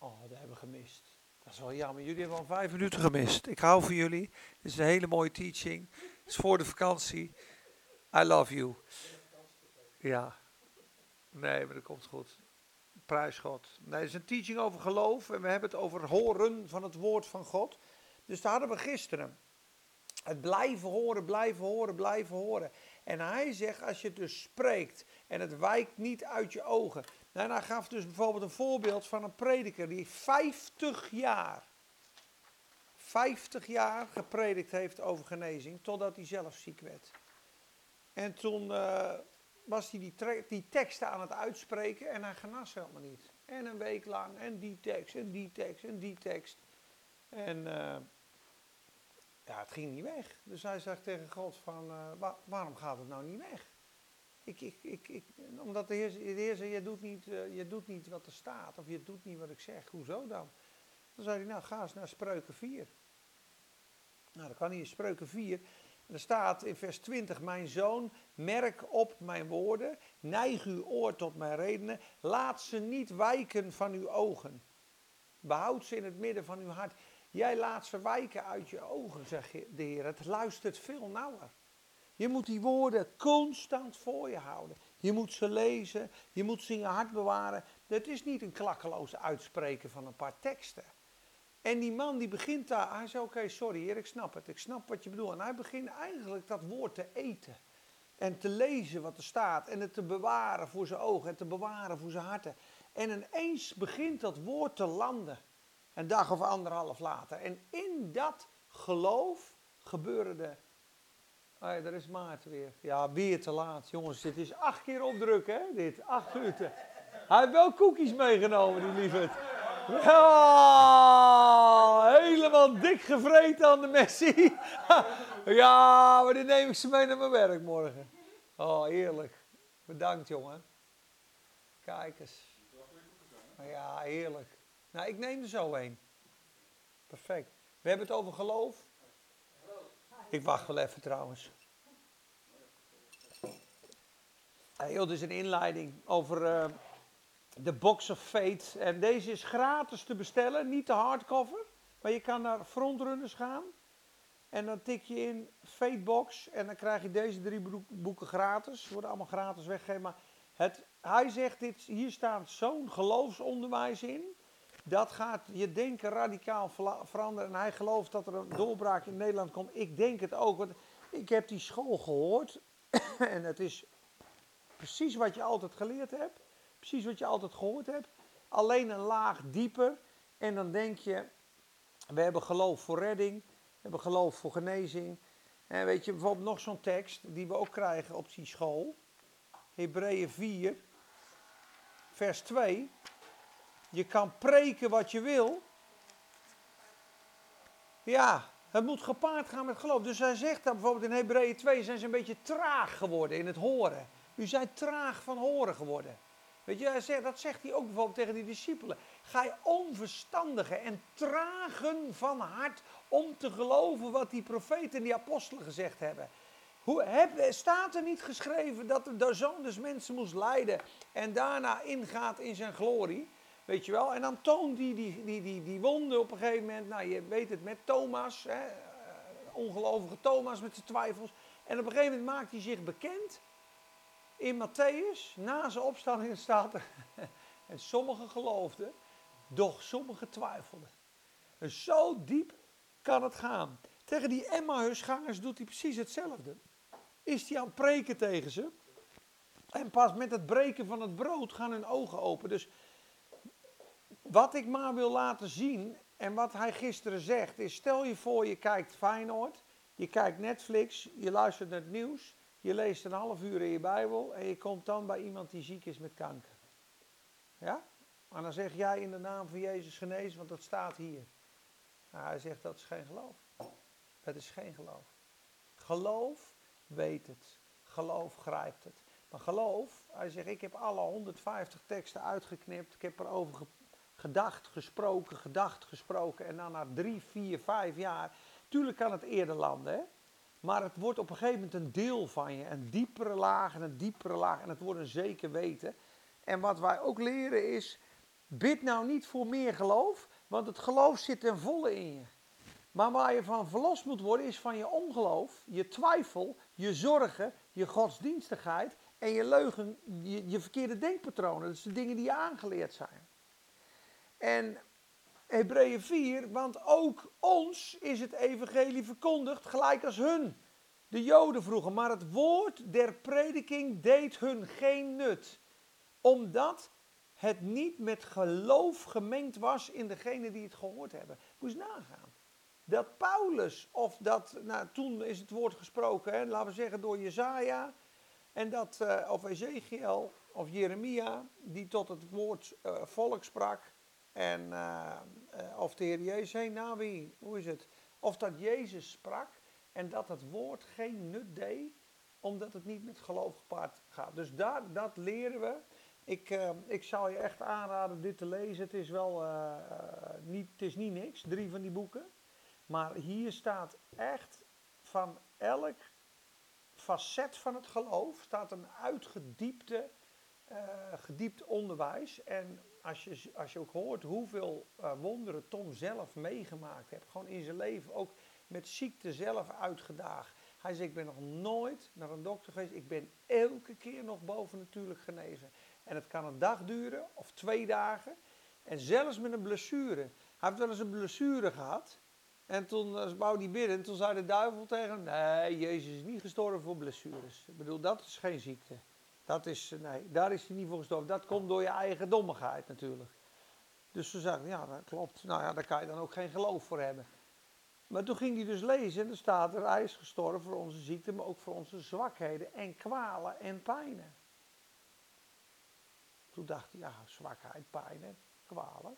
Oh, dat hebben we gemist. Dat is wel jammer. Jullie hebben al 5 minuten gemist. Ik hou van jullie. Dit is een hele mooie teaching. Het is voor de vakantie. I love you. Ja, nee, maar dat komt goed. Prijs God. Nee, het is een teaching over geloof. En we hebben het over horen van het woord van God. Dus daar hadden we gisteren. Het blijven horen, blijven horen, blijven horen. En hij zegt, als je het dus spreekt en het wijkt niet uit je ogen. Nou, hij gaf dus bijvoorbeeld een voorbeeld van een prediker die 50 jaar gepredikt heeft over genezing, totdat hij zelf ziek werd. En toen was hij die teksten aan het uitspreken en hij genas helemaal niet. En een week lang, en die tekst, en die tekst, en die tekst. En ja, het ging niet weg. Dus hij zegt tegen God van, waarom gaat het nou niet weg? Omdat de Heer zei, je doet niet wat er staat, of je doet niet wat ik zeg. Hoezo dan? Dan zei hij, nou ga eens naar Spreuken 4. Nou, dan kan hij in Spreuken 4. En er staat in vers 20, mijn zoon, merk op mijn woorden, neig uw oor tot mijn redenen, laat ze niet wijken van uw ogen. Behoud ze in het midden van uw hart. Jij laat ze wijken uit je ogen, zegt de Heer. Het luistert veel nauwer. Je moet die woorden constant voor je houden. Je moet ze lezen, je moet ze in je hart bewaren. Het is niet een klakkeloos uitspreken van een paar teksten. En die man die begint daar, hij zei oké, sorry Heer, ik snap het, ik snap wat je bedoelt. En hij begint eigenlijk dat woord te eten. En te lezen wat er staat en het te bewaren voor zijn ogen en te bewaren voor zijn harten. En ineens begint dat woord te landen. Een dag of anderhalf later. En in dat geloof gebeuren de... Oh ja, daar is Maarten weer. Ja, weer te laat. Jongens, dit is 8 keer opdrukken, hè? Dit, 8 minuten. Hij heeft wel koekjes meegenomen, die lieverd. Ja, helemaal dik gevreten aan de Messi. Ja, maar die neem ik ze mee naar mijn werk morgen. Oh, heerlijk. Bedankt, jongen. Kijk eens. Ja, heerlijk. Nou, ik neem er zo een. Perfect. We hebben het over geloof. Ik wacht wel even trouwens. Hey, joh, dit is een inleiding over de Box of Faith. En deze is gratis te bestellen, niet de hardcover. Maar je kan naar Frontrunners gaan. En dan tik je in Faithbox. En dan krijg je deze 3 boeken gratis. Ze worden allemaal gratis weggegeven. Maar hij zegt, hier staat zo'n geloofsonderwijs in. Dat gaat je denken radicaal veranderen. En hij gelooft dat er een doorbraak in Nederland komt. Ik denk het ook. Want ik heb die school gehoord. En het is precies wat je altijd geleerd hebt. Precies wat je altijd gehoord hebt. Alleen een laag dieper. En dan denk je, we hebben geloof voor redding. We hebben geloof voor genezing. En weet je, bijvoorbeeld nog zo'n tekst die we ook krijgen op die school. Hebreeën 4, vers 2. Je kan preken wat je wil. Ja, het moet gepaard gaan met geloof. Dus hij zegt dan bijvoorbeeld in Hebreeën 2, zijn ze een beetje traag geworden in het horen. U zijt traag van horen geworden. Weet je, dat zegt hij ook bijvoorbeeld tegen die discipelen. Gij onverstandigen en tragen van hart om te geloven wat die profeten en die apostelen gezegd hebben. Staat er niet geschreven dat de zoon des mensen moest lijden en daarna ingaat in zijn glorie? Weet je wel? En dan toont hij die wonden op een gegeven moment. Nou, je weet het met Thomas. Hè, ongelovige Thomas met zijn twijfels. En op een gegeven moment maakt hij zich bekend. In Matthäus, na zijn opstanding staat er. En sommigen geloofden, doch sommigen twijfelden. En zo diep kan het gaan. Tegen die Emmausgangers doet hij precies hetzelfde. Is hij aan het preken tegen ze. En pas met het breken van het brood gaan hun ogen open. Dus wat ik maar wil laten zien en wat hij gisteren zegt is, stel je voor je kijkt Feyenoord, je kijkt Netflix, je luistert naar het nieuws, je leest een half uur in je Bijbel en je komt dan bij iemand die ziek is met kanker. Ja? En dan zeg jij in de naam van Jezus genezen, want dat staat hier. Nou, hij zegt dat is geen geloof. Dat is geen geloof. Geloof weet het. Geloof grijpt het. Maar geloof, hij zegt ik heb alle 150 teksten uitgeknipt, ik heb erover gedacht, gesproken. En dan na 3, 4, 5 jaar. Tuurlijk kan het eerder landen, hè? Maar het wordt op een gegeven moment een deel van je. Een diepere laag en een diepere laag. En het wordt een zeker weten. En wat wij ook leren is Bid nou niet voor meer geloof, want het geloof zit ten volle in je. Maar waar je van verlost moet worden is van je ongeloof, je twijfel, je zorgen, je godsdienstigheid en je leugen, je verkeerde denkpatronen. Dat zijn de dingen die je aangeleerd zijn. En Hebreeën 4, want ook ons is het evangelie verkondigd, gelijk als hun. De Joden vroegen, maar het woord der prediking deed hun geen nut. Omdat het niet met geloof gemengd was in degene die het gehoord hebben. Moest nagaan. Dat Paulus, of dat, toen is het woord gesproken, hè, laten we zeggen door Jesaja, en dat, of Ezekiel, of Jeremia, die tot het woord volk sprak, en of de Heer Jezus, nou wie, hoe is het? Of dat Jezus sprak, en dat het woord geen nut deed, omdat het niet met geloof gepaard gaat. Dus dat leren we. Ik zou je echt aanraden dit te lezen. Het is wel het is niet niks, 3 van die boeken. Maar hier staat echt van elk facet van het geloof staat een gediept onderwijs. En als je ook hoort hoeveel wonderen Tom zelf meegemaakt heeft, gewoon in zijn leven, ook met ziekte zelf uitgedaagd. Hij zegt, ik ben nog nooit naar een dokter geweest, ik ben elke keer nog bovennatuurlijk genezen. En het kan een dag duren of 2 dagen. En zelfs met een blessure. Hij heeft wel eens een blessure gehad. En toen wou hij bidden en toen zei de duivel tegen hem, nee, Jezus is niet gestorven voor blessures. Ik bedoel, dat is geen ziekte. Nee, daar is hij niet voor gestorven. Dat komt door je eigen dommigheid natuurlijk. Dus ze zeggen, ja, dat klopt. Nou ja, daar kan je dan ook geen geloof voor hebben. Maar toen ging hij dus lezen en er staat er, hij is gestorven voor onze ziekte, maar ook voor onze zwakheden en kwalen en pijnen. Toen dacht hij, ja, zwakheid, pijnen, kwalen.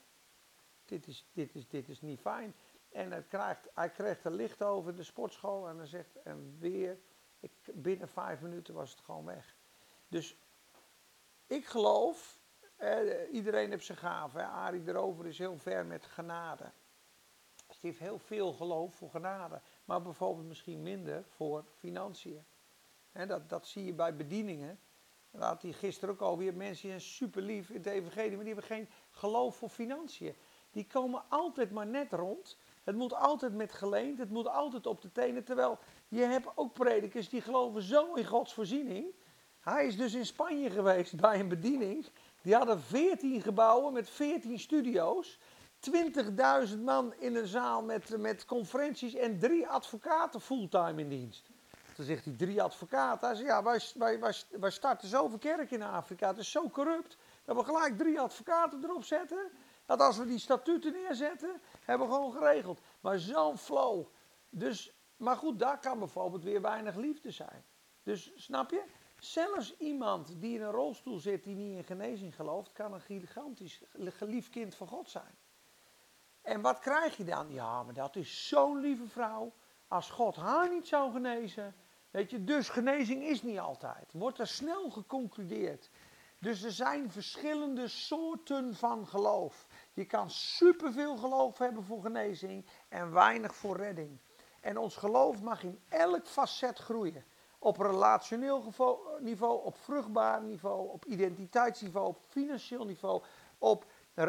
Dit is niet fijn. En hij krijgt er licht over in de sportschool en hij zegt, en weer, binnen 5 minuten was het gewoon weg. Dus ik geloof, iedereen heeft zijn gaven. Arie erover is heel ver met genade. Dus die heeft heel veel geloof voor genade. Maar bijvoorbeeld misschien minder voor financiën. Dat zie je bij bedieningen. Daar had hij gisteren ook alweer mensen die zijn super lief in het evangelie, maar die hebben geen geloof voor financiën. Die komen altijd maar net rond. Het moet altijd met geleend, het moet altijd op de tenen. Terwijl je hebt ook predikers die geloven zo in Gods voorziening. Hij is dus in Spanje geweest bij een bediening. Die hadden 14 gebouwen met 14 studio's. 20.000 man in een zaal met conferenties en 3 advocaten fulltime in dienst. Toen zegt hij 3 advocaten. Hij zegt, ja, wij starten zoveel kerk in Afrika. Het is zo corrupt dat we gelijk 3 advocaten erop zetten. Dat als we die statuten neerzetten, hebben we gewoon geregeld. Maar zo'n flow. Dus, maar goed, daar kan bijvoorbeeld weer weinig liefde zijn. Dus snap je? Zelfs iemand die in een rolstoel zit die niet in genezing gelooft, kan een gigantisch geliefd kind van God zijn. En wat krijg je dan? Ja, maar dat is zo'n lieve vrouw. Als God haar niet zou genezen. Weet je, dus genezing is niet altijd. Wordt er snel geconcludeerd. Dus er zijn verschillende soorten van geloof. Je kan superveel geloof hebben voor genezing en weinig voor redding. En ons geloof mag in elk facet groeien. Op relationeel niveau, op vruchtbaar niveau, op identiteitsniveau, op financieel niveau, op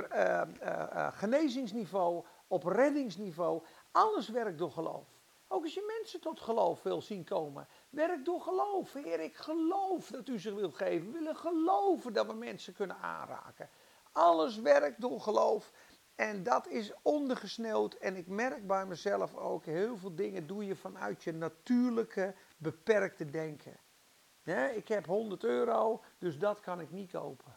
genezingsniveau, op reddingsniveau. Alles werkt door geloof. Ook als je mensen tot geloof wil zien komen. Werk door geloof. Heer, ik geloof dat u zich wilt geven. We willen geloven dat we mensen kunnen aanraken. Alles werkt door geloof. En dat is ondergesneeuwd. En ik merk bij mezelf ook, heel veel dingen doe je vanuit je natuurlijke, beperkte denken. Nee, ik heb 100 euro, dus dat kan ik niet kopen.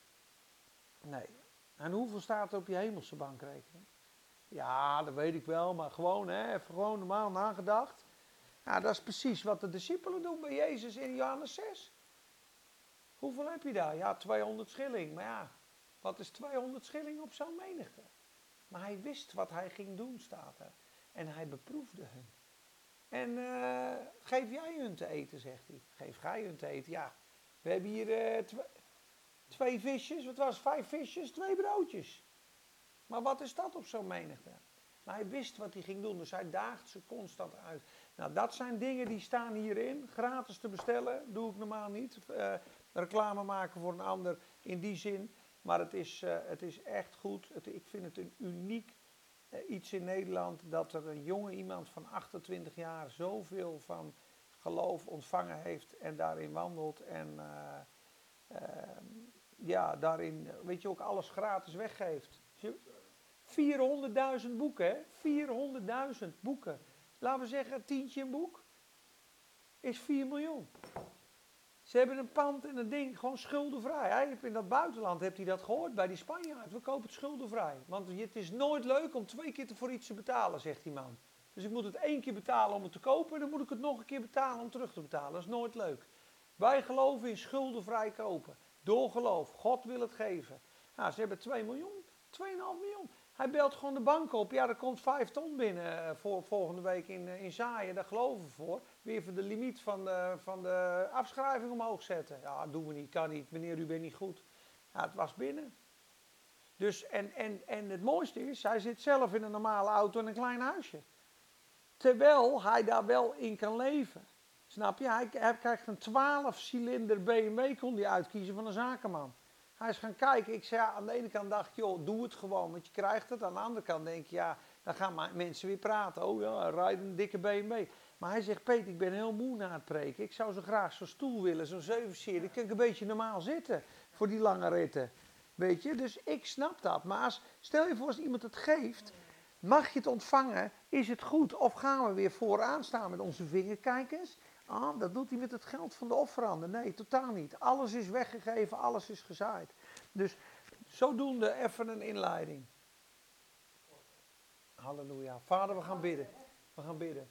Nee. En hoeveel staat er op je hemelse bankrekening? Ja, dat weet ik wel, maar gewoon, even gewoon normaal nagedacht. Ja, dat is precies wat de discipelen doen bij Jezus in Johannes 6. Hoeveel heb je daar? Ja, 200 schilling. Maar ja, wat is 200 schilling op zo'n menigte? Maar hij wist wat hij ging doen, staat er. En hij beproefde hun. En geef jij hun te eten, zegt hij. Geef jij hun te eten? Ja, we hebben hier 2 visjes. Wat was 5 visjes? 2 broodjes. Maar wat is dat op zo'n menigte? Maar hij wist wat hij ging doen, dus hij daagt ze constant uit. Nou, dat zijn dingen die staan hierin. Gratis te bestellen, doe ik normaal niet. Reclame maken voor een ander in die zin. Maar het is echt goed. Ik vind het een uniek iets in Nederland dat er een jonge iemand van 28 jaar zoveel van geloof ontvangen heeft en daarin wandelt. En ja, daarin, weet je, ook alles gratis weggeeft. 400.000 boeken, hè? 400.000 boeken. Laten we zeggen, een tientje een boek is 4 miljoen. Ze hebben een pand en een ding gewoon schuldenvrij. Hij heeft in dat buitenland heeft hij dat gehoord bij die Spanjaard. We kopen het schuldenvrij. Want het is nooit leuk om 2 keer voor iets te betalen, zegt die man. Dus ik moet het 1 keer betalen om het te kopen en dan moet ik het nog een keer betalen om terug te betalen. Dat is nooit leuk. Wij geloven in schuldenvrij kopen. Door geloof. God wil het geven. Nou, ze hebben 2 miljoen, 2,5 miljoen. Hij belt gewoon de bank op. Ja, er komt 5 ton binnen voor volgende week in Zaaien. Daar geloven we voor. Weer voor de limiet van de afschrijving omhoog zetten. Ja, dat doen we niet, kan niet. Meneer, u bent niet goed. Ja, het was binnen. Dus, en het mooiste is, hij zit zelf in een normale auto in een klein huisje. Terwijl hij daar wel in kan leven. Snap je? Hij krijgt een 12-cilinder BMW, kon hij uitkiezen van een zakenman. Hij is gaan kijken. Ik zei, ja, aan de ene kant dacht ik, joh, doe het gewoon, want je krijgt het. Aan de andere kant denk je, ja, dan gaan mensen weer praten. Oh ja, hij rijdt een dikke BMW. Maar hij zegt, Peter, ik ben heel moe na het preken. Ik zou zo graag zo'n stoel willen, zo'n 7-serie. Dan kan ik een beetje normaal zitten voor die lange ritten. Weet je, dus ik snap dat. Maar stel je voor als iemand het geeft, mag je het ontvangen, is het goed? Of gaan we weer vooraan staan met onze vingerkijkers? Ah, dat doet hij met het geld van de offeranden. Nee, totaal niet. Alles is weggegeven, alles is gezaaid. Dus zodoende even een inleiding. Halleluja. Vader, we gaan bidden. We gaan bidden.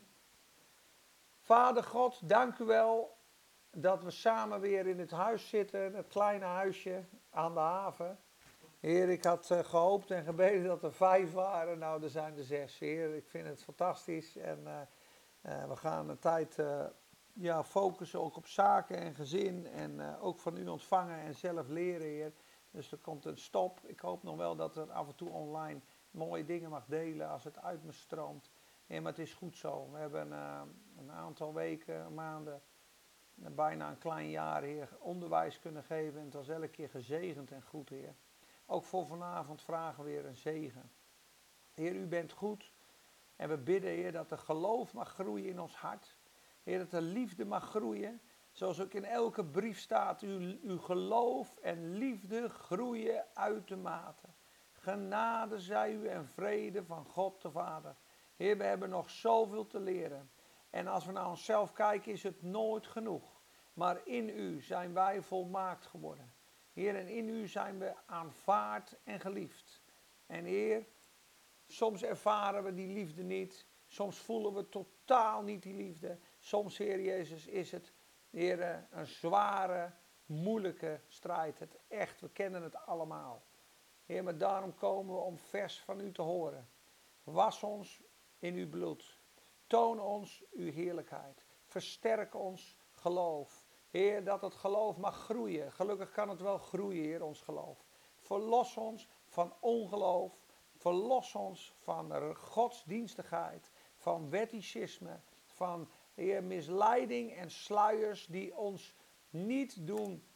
Vader God, dank u wel dat we samen weer in het huis zitten. Het kleine huisje aan de haven. Heer, ik had gehoopt en gebeden dat er 5 waren. Nou, er zijn er 6. Heer, ik vind het fantastisch. En we gaan een tijd focussen ook op zaken en gezin. En ook van u ontvangen en zelf leren, Heer. Dus er komt een stop. Ik hoop nog wel dat er af en toe online mooie dingen mag delen als het uit me stroomt. Heer, maar het is goed zo. We hebben een aantal weken, maanden, bijna een klein jaar, Heer, onderwijs kunnen geven. En het was elke keer gezegend en goed, Heer. Ook voor vanavond vragen we weer een zegen. Heer, u bent goed. En we bidden, Heer, dat er geloof mag groeien in ons hart. Heer, dat er liefde mag groeien. Zoals ook in elke brief staat, uw geloof en liefde groeien uitermate. Genade zij u en vrede van God de Vader. Heer, we hebben nog zoveel te leren. En als we naar onszelf kijken, is het nooit genoeg. Maar in u zijn wij volmaakt geworden. Heer, en in u zijn we aanvaard en geliefd. En Heer, soms ervaren we die liefde niet. Soms voelen we totaal niet die liefde. Soms, Heer Jezus, is het, Heer, een zware, moeilijke strijd. We kennen het allemaal. Heer, maar daarom komen we om vers van u te horen. Was ons in uw bloed. Toon ons uw heerlijkheid. Versterk ons geloof. Heer, dat het geloof mag groeien. Gelukkig kan het wel groeien, Heer, ons geloof. Verlos ons van ongeloof. Verlos ons van godsdienstigheid. Van wetticisme. Van, Heer, misleiding en sluiers die ons niet doen.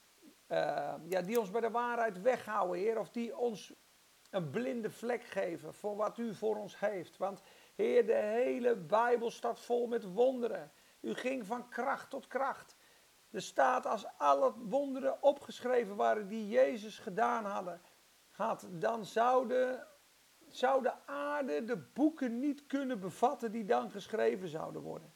Die ons bij de waarheid weghouden, Heer. Of die ons een blinde vlek geven voor wat u voor ons heeft. Want, Heer, de hele Bijbel staat vol met wonderen. U ging van kracht tot kracht. Er staat, als alle wonderen opgeschreven waren die Jezus gedaan had, dan zou de aarde de boeken niet kunnen bevatten die dan geschreven zouden worden.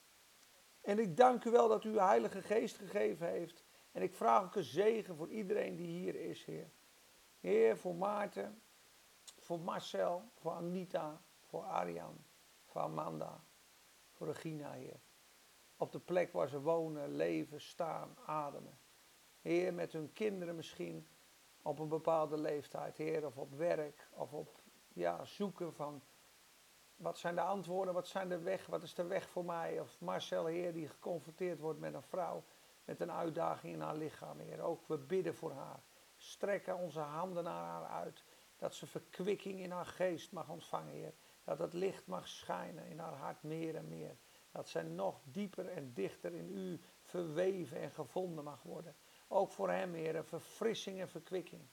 En ik dank u wel dat u uw Heilige Geest gegeven heeft. En ik vraag ook een zegen voor iedereen die hier is, Heer. Heer, voor Maarten, voor Marcel, voor Anita, voor Arjan, voor Amanda, voor Regina, Heer. Op de plek waar ze wonen, leven, staan, ademen. Heer, met hun kinderen misschien op een bepaalde leeftijd, Heer, of op werk, of op zoeken van wat zijn de antwoorden, wat is de weg voor mij? Of Marcel, Heer, die geconfronteerd wordt met een vrouw, met een uitdaging in haar lichaam, Heer. Ook we bidden voor haar. Strekken onze handen naar haar uit. Dat ze verkwikking in haar geest mag ontvangen, Heer. Dat het licht mag schijnen in haar hart meer en meer. Dat zij nog dieper en dichter in u verweven en gevonden mag worden. Ook voor hem, Heer, een verfrissing en verkwikking.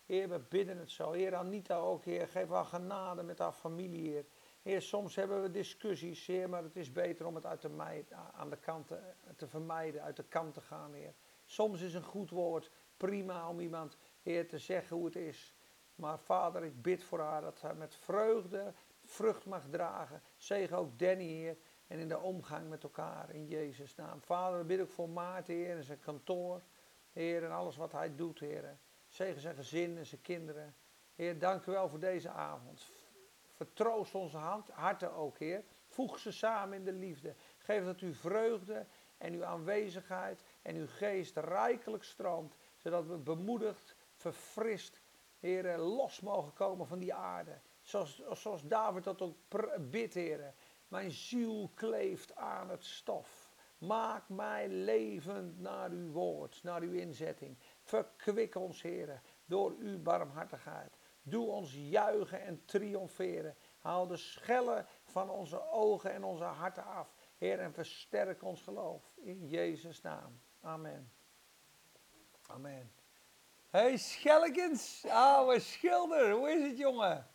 Heer, we bidden het zo. Heer, Anita ook, Heer, geef haar genade met haar familie, Heer. Heer, soms hebben we discussies, Heer, maar het is beter om het aan de kant te vermijden, uit de kant te gaan, Heer. Soms is een goed woord prima om iemand, Heer, te zeggen hoe het is. Maar Vader, ik bid voor haar dat zij met vreugde vrucht mag dragen. Zegen ook Danny, Heer, en in de omgang met elkaar, in Jezus' naam. Vader, we bidden ook voor Maarten, Heer, en zijn kantoor, Heer, en alles wat hij doet, Heer. Zegen zijn gezin en zijn kinderen. Heer, dank u wel voor deze avond. Vertroost onze harten ook, Heer. Voeg ze samen in de liefde. Geef dat uw vreugde en uw aanwezigheid en uw geest rijkelijk stroomt. Zodat we bemoedigd, verfrist, Heer, los mogen komen van die aarde. Zoals David dat ook bidt, Heer. Mijn ziel kleeft aan het stof. Maak mij levend naar uw woord, naar uw inzetting. Verkwik ons, Heer, door uw barmhartigheid. Doe ons juichen en triomferen. Haal de schellen van onze ogen en onze harten af. Heer, en versterk ons geloof. In Jezus' naam. Amen. Amen. Hey Schellekens, ouwe schilder, hoe is het, jongen?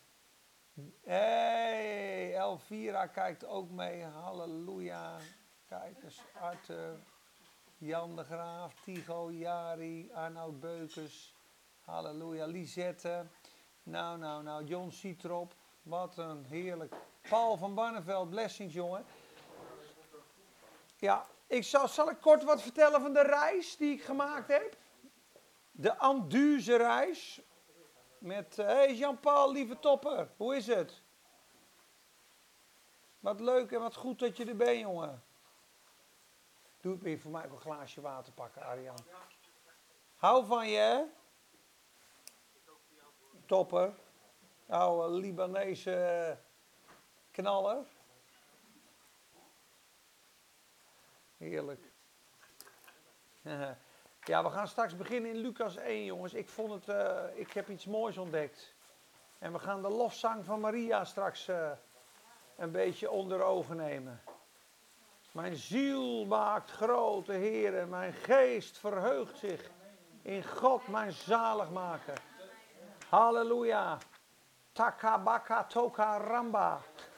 Hey, Elvira kijkt ook mee, halleluja. Kijk eens, Arthur, Jan de Graaf, Tigo, Jari, Arnoud Beukers, halleluja, Lisette. Nou, John Sietrop, wat een heerlijk. Paul van Barneveld, blessings, jongen. Ja, zal ik kort wat vertellen van de reis die ik gemaakt heb? De Anduze reis. Met, hey Jean-Paul, lieve topper, hoe is het? Wat leuk en wat goed dat je er bent, jongen. Doe het weer voor mij ook een glaasje water pakken, Arjan. Hou van je, hè? Topper. Oude Libanese knaller. Heerlijk. Ja, we gaan straks beginnen in Lucas 1, jongens. Ik heb iets moois ontdekt. En we gaan de lofzang van Maria straks een beetje onder ogen nemen. Mijn ziel maakt grote Heere, mijn geest verheugt zich in God, mijn zaligmaker. Halleluja. Takabaka toka ramba.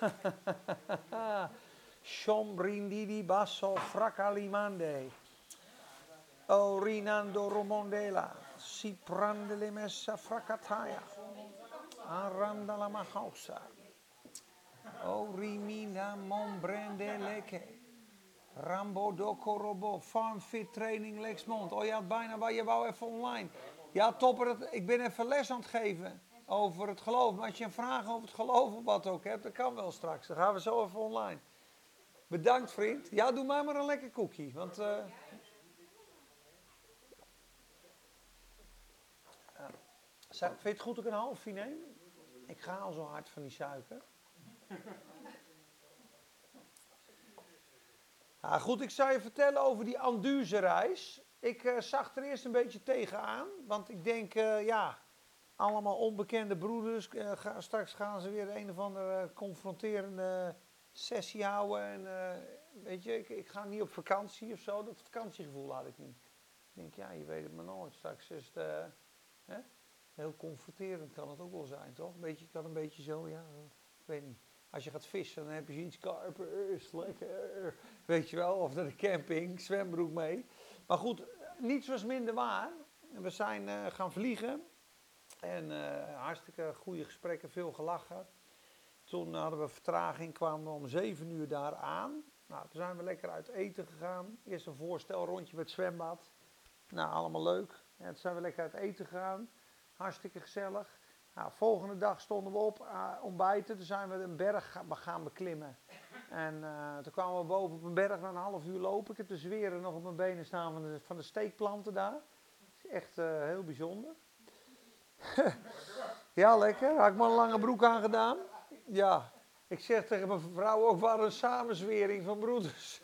Shombrindidi basso frakalimande. O rinando romondela. Si prandele messa fracataya. Aranda la mahausa. O rimina mombrendeleke. Rambo Doko Robo, Farm Fit Training Lexmond. Oh, je had bijna, je wou even online. Ja, topper, ik ben even les aan het geven over het geloof. Maar als je een vraag over het geloof of wat ook hebt, dat kan wel straks. Dan gaan we zo even online. Bedankt, vriend. Ja, doe mij maar een lekker koekie. Want, vind je het goed dat ik een halfje neem? Ik ga al zo hard van die suiker. Ja, goed, ik zou je vertellen over die Anduze reis. Ik zag er eerst een beetje tegenaan. Want ik denk, allemaal onbekende broeders. Straks gaan ze weer een of andere confronterende sessie houden. En weet je, ik ga niet op vakantie of zo. Dat vakantiegevoel had ik niet. Ik denk, ja, je weet het maar nooit. Straks is het heel confronterend, kan het ook wel zijn, toch? Ik had een beetje zo, ja, ik weet niet. Als je gaat vissen, dan heb je iets karpers, lekker, weet je wel. Of naar de camping, zwembroek mee. Maar goed, niets was minder waar. We zijn gaan vliegen. En hartstikke goede gesprekken, veel gelachen. Toen hadden we vertraging, kwamen we om 7 uur daar aan. Nou, toen zijn we lekker uit eten gegaan. Eerst een voorstelrondje met zwembad. Nou, allemaal leuk. En toen zijn we lekker uit eten gegaan. Hartstikke gezellig. Nou, volgende dag stonden we op, ontbijten. Toen zijn we een berg gaan beklimmen. En toen kwamen we boven op een berg na een half uur lopen. Ik heb de zweren nog op mijn benen staan van de steekplanten daar. Dat is echt heel bijzonder. Ja, lekker. Had ik maar een lange broek aangedaan. Ja, ik zeg tegen mijn vrouw ook, wat een samenzwering van broeders.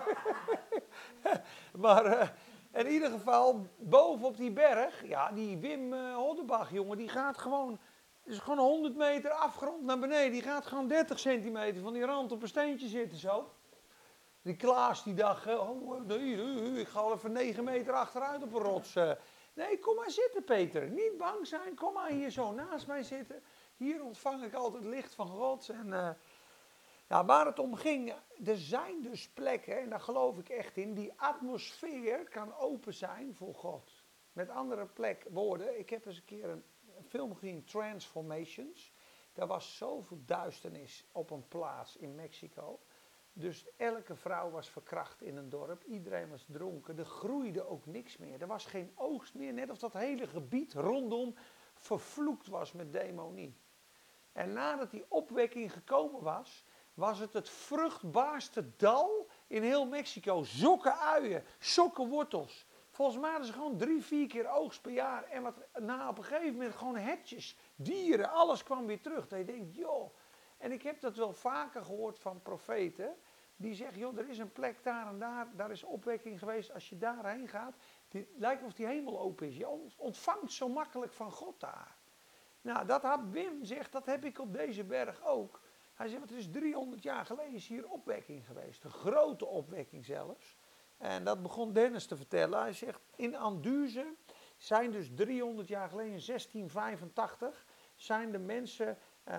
Maar in ieder geval, boven op die berg, ja, die Wim Hoddebach, jongen, die gaat gewoon, is gewoon 100 meter afgrond naar beneden. Die gaat gewoon 30 centimeter van die rand op een steentje zitten zo. Die Klaas die dacht, nee, ik ga al even 9 meter achteruit op een rots. Nee, kom maar zitten, Peter. Niet bang zijn. Kom maar hier zo naast mij zitten. Hier ontvang ik altijd licht van God. En ja, waar het om ging, er zijn dus plekken, en daar geloof ik echt in, die atmosfeer kan open zijn voor God. Met andere woorden, ik heb eens een keer een film gezien, Transformations. Daar was zoveel duisternis op een plaats in Mexico. Dus elke vrouw was verkracht in een dorp. Iedereen was dronken. Er groeide ook niks meer. Er was geen oogst meer. Net of dat hele gebied rondom vervloekt was met demonie. En nadat die opwekking gekomen was, was het vruchtbaarste dal in heel Mexico. Zokken uien, zokken wortels. Volgens mij hadden ze gewoon 3, 4 keer oogst per jaar. En op een gegeven moment gewoon hertjes, dieren, alles kwam weer terug. Dat je denkt, joh. En ik heb dat wel vaker gehoord van profeten. Die zeggen, joh, er is een plek daar en daar is opwekking geweest. Als je daarheen gaat, het lijkt of die hemel open is. Je ontvangt zo makkelijk van God daar. Nou, dat had Wim zegt, dat heb ik op deze berg ook. Hij zegt, het is 300 jaar geleden is hier opwekking geweest. Een grote opwekking zelfs. En dat begon Dennis te vertellen. Hij zegt, in Anduze zijn dus 300 jaar geleden, in 1685, zijn de mensen...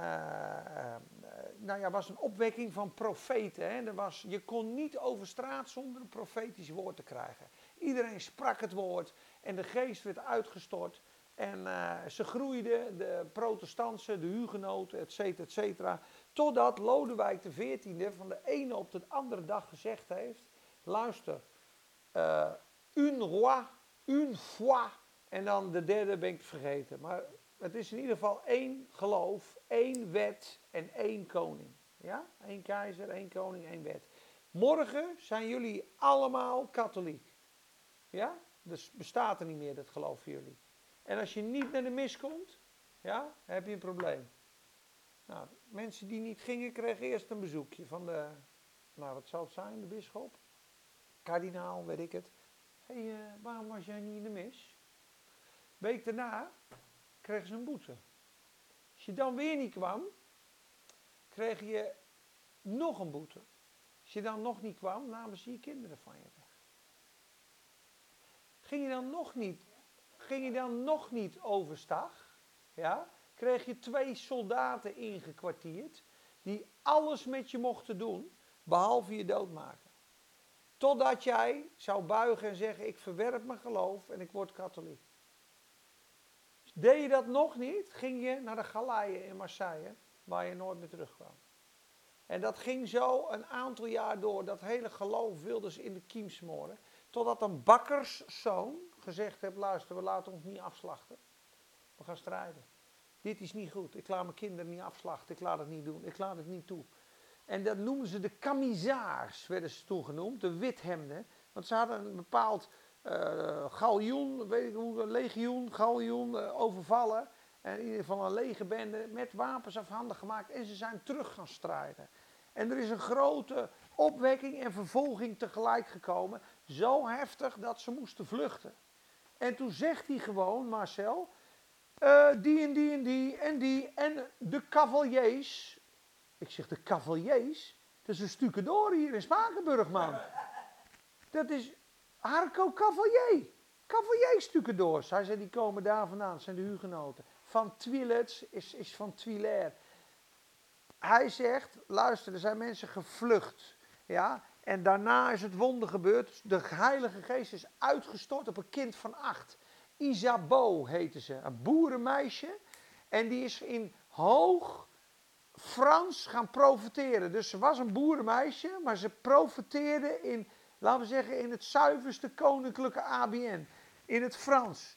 nou ja, was een opwekking van profeten. Hè? Je kon niet over straat zonder een profetisch woord te krijgen. Iedereen sprak het woord en de geest werd uitgestort. En ze groeiden, de protestanten, de hugenoten, et cetera, et cetera. Totdat Lodewijk XIV van de ene op de andere dag gezegd heeft... Luister, une roi, une foi. En dan de derde ben ik vergeten. Maar het is in ieder geval 1 geloof, 1 wet en 1 koning. Ja? 1 keizer, 1 koning, 1 wet. Morgen zijn jullie allemaal katholiek. Ja? Dus bestaat er niet meer dat geloof voor jullie. En als je niet naar de mis komt, ja, heb je een probleem. Nou, mensen die niet gingen, kregen eerst een bezoekje van de, nou wat zal het zijn, de bisschop? Kardinaal, weet ik het. Hé, waarom was jij niet in de mis? Week daarna kregen ze een boete. Als je dan weer niet kwam, kreeg je nog een boete. Als je dan nog niet kwam, namen ze je kinderen van je weg. Ging je dan nog niet overstag, ja, kreeg je 2 soldaten ingekwartierd die alles met je mochten doen, behalve je doodmaken. Totdat jij zou buigen en zeggen, ik verwerp mijn geloof en ik word katholiek. Deed je dat nog niet, ging je naar de Galeien in Marseille, waar je nooit meer terugkwam. En dat ging zo een aantal jaar door. Dat hele geloof wilden ze in de kiem smoren. Totdat een bakkerszoon gezegd heeft, luister, we laten ons niet afslachten. We gaan strijden. Dit is niet goed. Ik laat mijn kinderen niet afslachten. Ik laat het niet doen. Ik laat het niet toe. En dat noemden ze de camisaars, werden ze toen genoemd. De withemden. Want ze hadden een bepaald galjoen, weet ik hoe, legioen, galjoen overvallen. En in ieder geval een legerbende met wapens afhandig gemaakt. En ze zijn terug gaan strijden. En er is een grote opwekking en vervolging tegelijk gekomen. Zo heftig dat ze moesten vluchten. En toen zegt hij gewoon, Marcel, die en die en die en die en de cavaliers. Ik zeg, de cavaliers? Dat is een stukendoor hier in Spakenburg, man. Dat is Harco Cavalier. Cavalier stukendoors. Hij zei, die komen daar vandaan, dat zijn de hugenoten. Van Twilets is van Twilair. Hij zegt, luister, er zijn mensen gevlucht. Ja? En daarna is het wonder gebeurd. De Heilige Geest is uitgestort op een kind van 8. Isabeau heette ze, een boerenmeisje. En die is in hoog Frans gaan profeteren. Dus ze was een boerenmeisje, maar ze profeteerde in, laten we zeggen, in het zuiverste koninklijke ABN. In het Frans.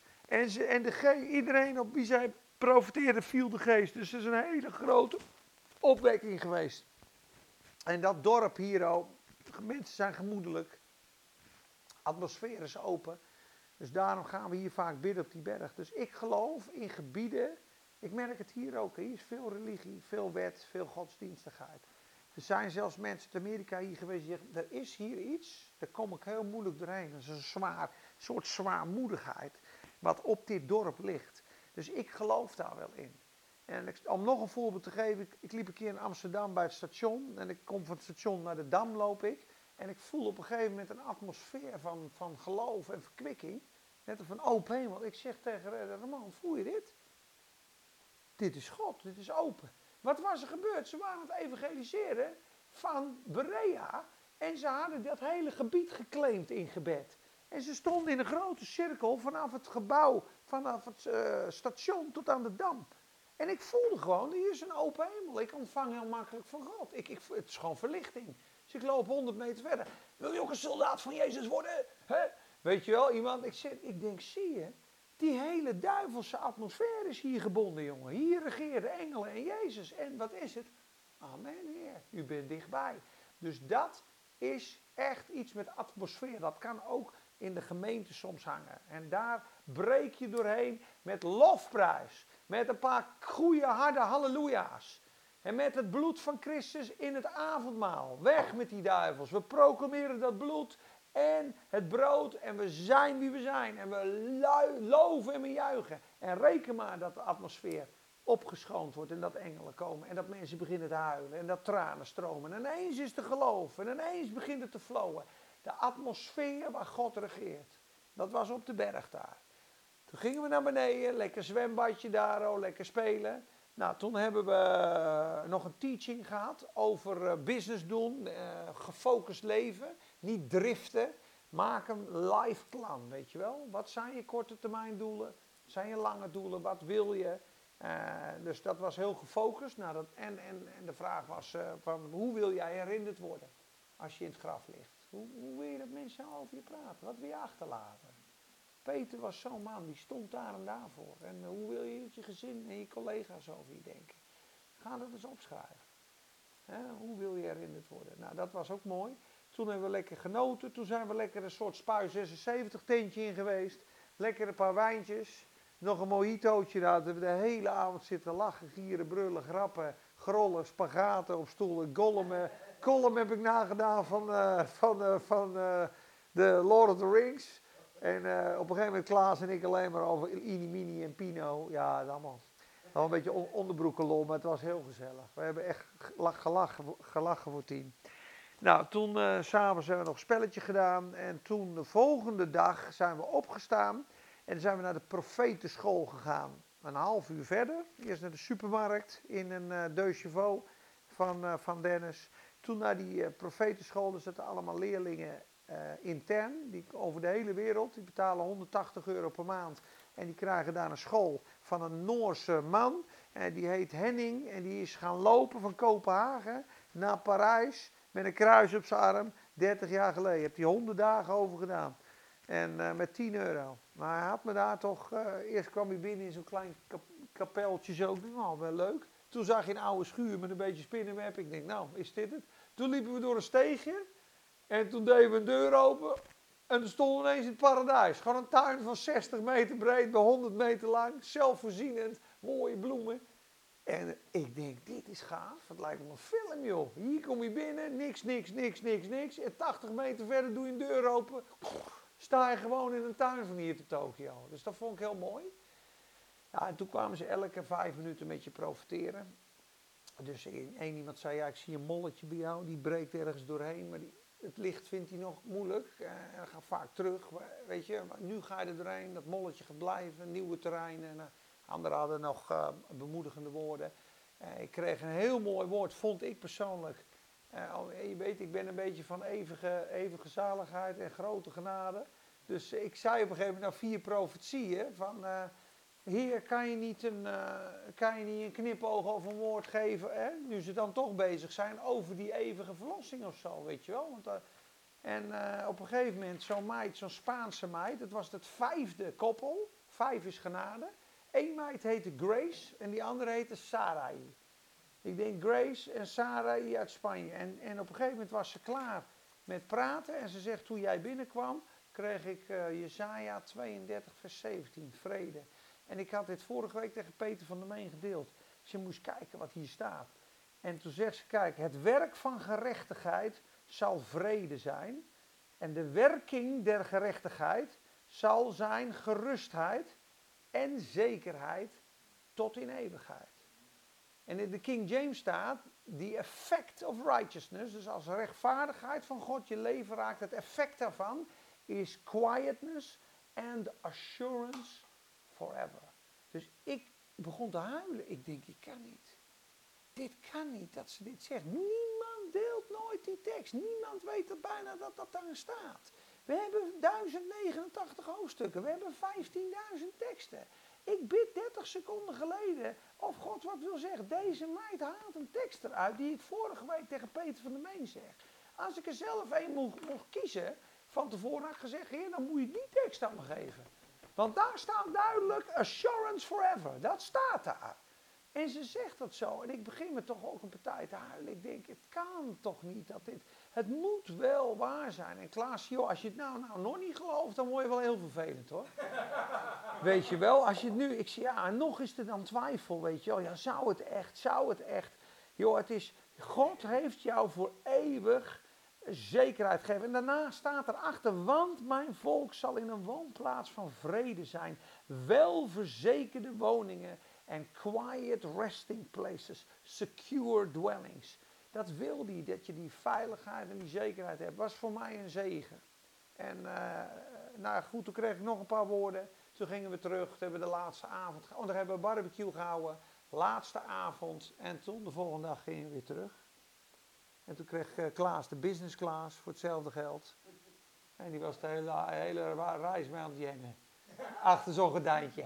Iedereen op wie zij profeteerde viel de geest. Dus het is een hele grote opwekking geweest. En dat dorp hier, mensen zijn gemoedelijk. Atmosfeer is open. Dus daarom gaan we hier vaak bidden op die berg. Dus ik geloof in gebieden. Ik merk het hier ook. Hier is veel religie, veel wet, veel godsdienstigheid. Er zijn zelfs mensen uit Amerika hier geweest die zeggen, er is hier iets, daar kom ik heel moeilijk doorheen. Dat is een soort zwaarmoedigheid wat op dit dorp ligt. Dus ik geloof daar wel in. En om nog een voorbeeld te geven, ik liep een keer in Amsterdam bij het station. En ik kom van het station naar de Dam loop ik. En ik voel op een gegeven moment een atmosfeer van geloof en verkwikking. Net of een open hemel. Ik zeg tegen Ramon, voel je dit? Dit is God, dit is open. Wat was er gebeurd? Ze waren aan het evangeliseren van Berea. En ze hadden dat hele gebied geclaimd in gebed. En ze stonden in een grote cirkel vanaf het gebouw, vanaf het station tot aan de Dam. En ik voelde gewoon, hier is een open hemel. Ik ontvang heel makkelijk van God. Het is gewoon verlichting. Dus ik loop 100 meter verder. Wil je ook een soldaat van Jezus worden? Hè? Weet je wel, iemand? Ik denk, zie je, die hele duivelse atmosfeer is hier gebonden, jongen. Hier regeren engelen en Jezus. En wat is het? Amen, Heer. U bent dichtbij. Dus dat is echt iets met atmosfeer. Dat kan ook in de gemeente soms hangen. En daar breek je doorheen met lofprijs. Met een paar goede harde halleluja's. En met het bloed van Christus in het avondmaal. Weg met die duivels. We proclameren dat bloed en het brood. En we zijn wie we zijn. En we loven en we juichen. En reken maar dat de atmosfeer opgeschoond wordt. En dat engelen komen. En dat mensen beginnen te huilen. En dat tranen stromen. En ineens is te geloven. En ineens begint het te flowen. De atmosfeer waar God regeert. Dat was op de berg daar. Toen gingen we naar beneden, lekker zwembadje daar, lekker spelen. Nou, toen hebben we nog een teaching gehad over business doen, gefocust leven, niet driften. Maak een life plan, weet je wel. Wat zijn je korte termijn doelen? Wat zijn je lange doelen? Wat wil je? Dus dat was heel gefocust. Nou, en de vraag was van hoe wil jij herinnerd worden als je in het graf ligt? Hoe wil je dat mensen over je praten? Wat wil je achterlaten? Peter was zo'n man, die stond daar en daarvoor. En hoe wil je dat je gezin en je collega's over je denken? Ga dat eens opschrijven. Hoe wil je herinnerd worden? Nou, dat was ook mooi. Toen hebben we lekker genoten. Toen zijn we lekker een soort Spui 76 tentje in geweest. Lekker een paar wijntjes. Nog een mojitootje. Daar hebben we de hele avond zitten lachen, gieren, brullen, grappen, grollen, spagaten op stoelen. Gollum heb ik nagedaan van de Lord of the Rings. En op een gegeven moment Klaas en ik alleen maar over Ini, Mini en Pino. Ja, dat allemaal een beetje onderbroekenlol, maar het was heel gezellig. We hebben echt gelachen voor 10. Nou, toen s'avonds hebben we nog een spelletje gedaan. En toen de volgende dag zijn we opgestaan. En zijn we naar de profetenschool gegaan. Een half uur verder. Eerst naar de supermarkt in een Deux Chevaux van Dennis. Toen naar die profetenschool. Er zitten allemaal leerlingen intern. Die over de hele wereld. Die betalen €180 per maand. En die krijgen daar een school van een Noorse man. Die heet Henning. En die is gaan lopen van Kopenhagen naar Parijs. Met een kruis op zijn arm. 30 jaar geleden. Heeft hij 100 dagen over gedaan. En met €10. Maar hij had me daar toch... eerst kwam hij binnen in zo'n klein kapeltje zo. Ik dacht, nou, wel leuk. Toen zag je een oude schuur met een beetje spinnenweb. Ik denk, nou, is dit het? Toen liepen we door een steegje. En toen deden we een deur open. En er stond ineens in het paradijs. Gewoon een tuin van 60 meter breed bij 100 meter lang. Zelfvoorzienend. Mooie bloemen. En ik denk, dit is gaaf. Het lijkt wel een film, joh. Hier kom je binnen. Niks. En 80 meter verder doe je een deur open. Sta je gewoon in een tuin van hier tot Tokio. Dus dat vond ik heel mooi. Ja, en toen kwamen ze elke 5 minuten met je profiteren. Dus één iemand zei, ja, ik zie een molletje bij jou. Die breekt ergens doorheen, maar het licht vindt hij nog moeilijk. En dat gaat vaak terug, weet je. Maar nu ga je er doorheen, dat molletje gaat blijven, nieuwe terreinen. En, anderen hadden nog bemoedigende woorden. Ik kreeg een heel mooi woord, vond ik persoonlijk. Je weet, ik ben een beetje van eeuwige zaligheid en grote genade. Dus ik zei op een gegeven moment, 4 profetieën van... Heer, kan je niet een knipoog of een woord geven, hè? Nu ze dan toch bezig zijn over die eeuwige verlossing of zo, weet je wel. Want, op een gegeven moment zo'n Spaanse meid, het was het 5e koppel, 5 is genade. 1 meid heette Grace en die andere heette Sarai. Ik denk Grace en Sarai uit Spanje. En op een gegeven moment was ze klaar met praten en ze zegt, toen jij binnenkwam, kreeg ik Jesaja 32 vers 17, vrede. En ik had dit vorige week tegen Peter van der Meen gedeeld. Ze moest kijken wat hier staat. En toen zegt ze, kijk, het werk van gerechtigheid zal vrede zijn. En de werking der gerechtigheid zal zijn gerustheid en zekerheid tot in eeuwigheid. En in de King James staat, the effect of righteousness, dus als rechtvaardigheid van God je leven raakt, het effect daarvan is quietness and assurance forever. Dus ik begon te huilen. Ik denk, ik kan niet. Dit kan niet dat ze dit zegt. Niemand deelt nooit die tekst. Niemand weet er bijna dat dat daar staat. We hebben 1089 hoofdstukken. We hebben 15.000 teksten. Ik bid 30 seconden geleden of God wat wil zeggen. Deze meid haalt een tekst eruit die ik vorige week tegen Peter van der Meen zeg. Als ik er zelf één mocht kiezen, van tevoren had ik gezegd, Heer, dan moet je die tekst aan me geven. Want daar staat duidelijk assurance forever. Dat staat daar. En ze zegt dat zo. En ik begin me toch ook een partij te huilen. Ik denk, het kan toch niet dat dit... Het moet wel waar zijn. En Klaas, joh, als je het nou nog niet gelooft, dan word je wel heel vervelend, hoor. Weet je wel, als je het nu... Ik zeg, ja, en nog is er dan twijfel, weet je wel. Ja, zou het echt, zou het echt? Joh, het is... God heeft jou voor eeuwig zekerheid gegeven. En daarna staat erachter, want mijn volk zal in een woonplaats van vrede zijn. Welverzekerde woningen en quiet resting places, secure dwellings. Dat wil hij, dat je die veiligheid en die zekerheid hebt. Was voor mij een zegen. En nou goed, toen kreeg ik nog een paar woorden. Toen gingen we terug, toen hebben we de laatste avond, dan hebben we barbecue gehouden. Laatste avond en toen de volgende dag gingen we weer terug. En toen kreeg Klaas de business class voor hetzelfde geld. En die was de hele reis mee aan het jennen. Achter zo'n gordijntje.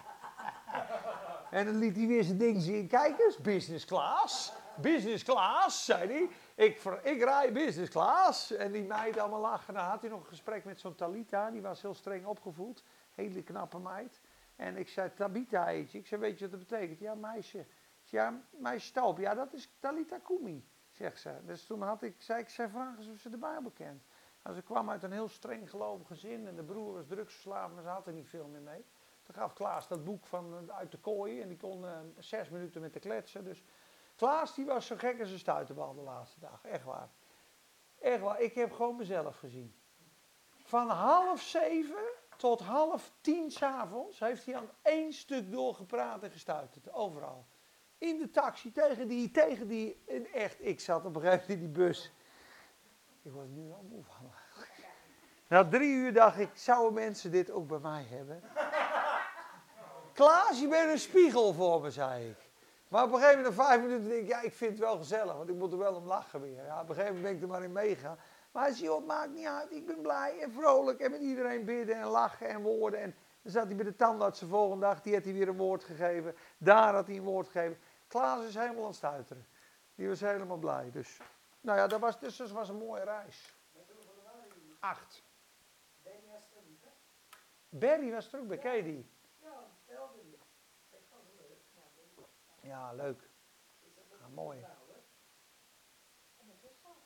En dan liet hij weer zijn ding zien. Kijk eens, business class. Business class, zei hij. Ik rij business class. En die meid allemaal lachen. Dan had hij nog een gesprek met zo'n Talita. Die was heel streng opgevoed. Hele knappe meid. En ik zei, Tabita heet je. Ik zei, weet je wat dat betekent? Ja, meisje. Ja, meisje Stalp. Ja, dat is Talita Kumi, zegt ze. Dus toen zei ik, vragen eens of ze de Bijbel kent. Nou, ze kwam uit een heel streng gelovig gezin. En de broer was drugsverslaafd, maar ze had er niet veel meer mee. Toen gaf Klaas dat boek uit de kooi en die kon 6 minuten met de kletsen. Dus Klaas die was zo gek als een stuiterbal de laatste dag. Echt waar. Echt waar. Ik heb gewoon mezelf gezien. Van 6:30 tot 9:30 s'avonds heeft hij aan één stuk doorgepraat en gestuiterd. Overal. In de taxi, tegen die. En echt, ik zat op een gegeven moment in die bus. Ik word nu al moe van. Na 3 uur dacht ik, zouden mensen dit ook bij mij hebben? Klaas, je bent een spiegel voor me, zei ik. Maar op een gegeven moment, na 5 minuten, denk ik, ja, ik vind het wel gezellig, want ik moet er wel om lachen weer. Ja, op een gegeven moment ben ik er maar in meegaan. Maar hij zei, joh, het maakt niet uit, ik ben blij en vrolijk en met iedereen bidden en lachen en woorden. En dan zat hij bij de tandarts de volgende dag, die had hij weer een woord gegeven. Daar had hij een woord gegeven. Klaas is helemaal aan het stuiteren. Die was helemaal blij. Dus, nou ja, dat was een mooie reis. Met hoeveel waren jullie? 8. Benny was er niet, hè? Barry was er ook bij, ken je die? Ja, vertelde die. Zegt was leuk. Ja, Benny. Ja, leuk. Is dat ook Ja, een mooi. trouwen? En dat is zo.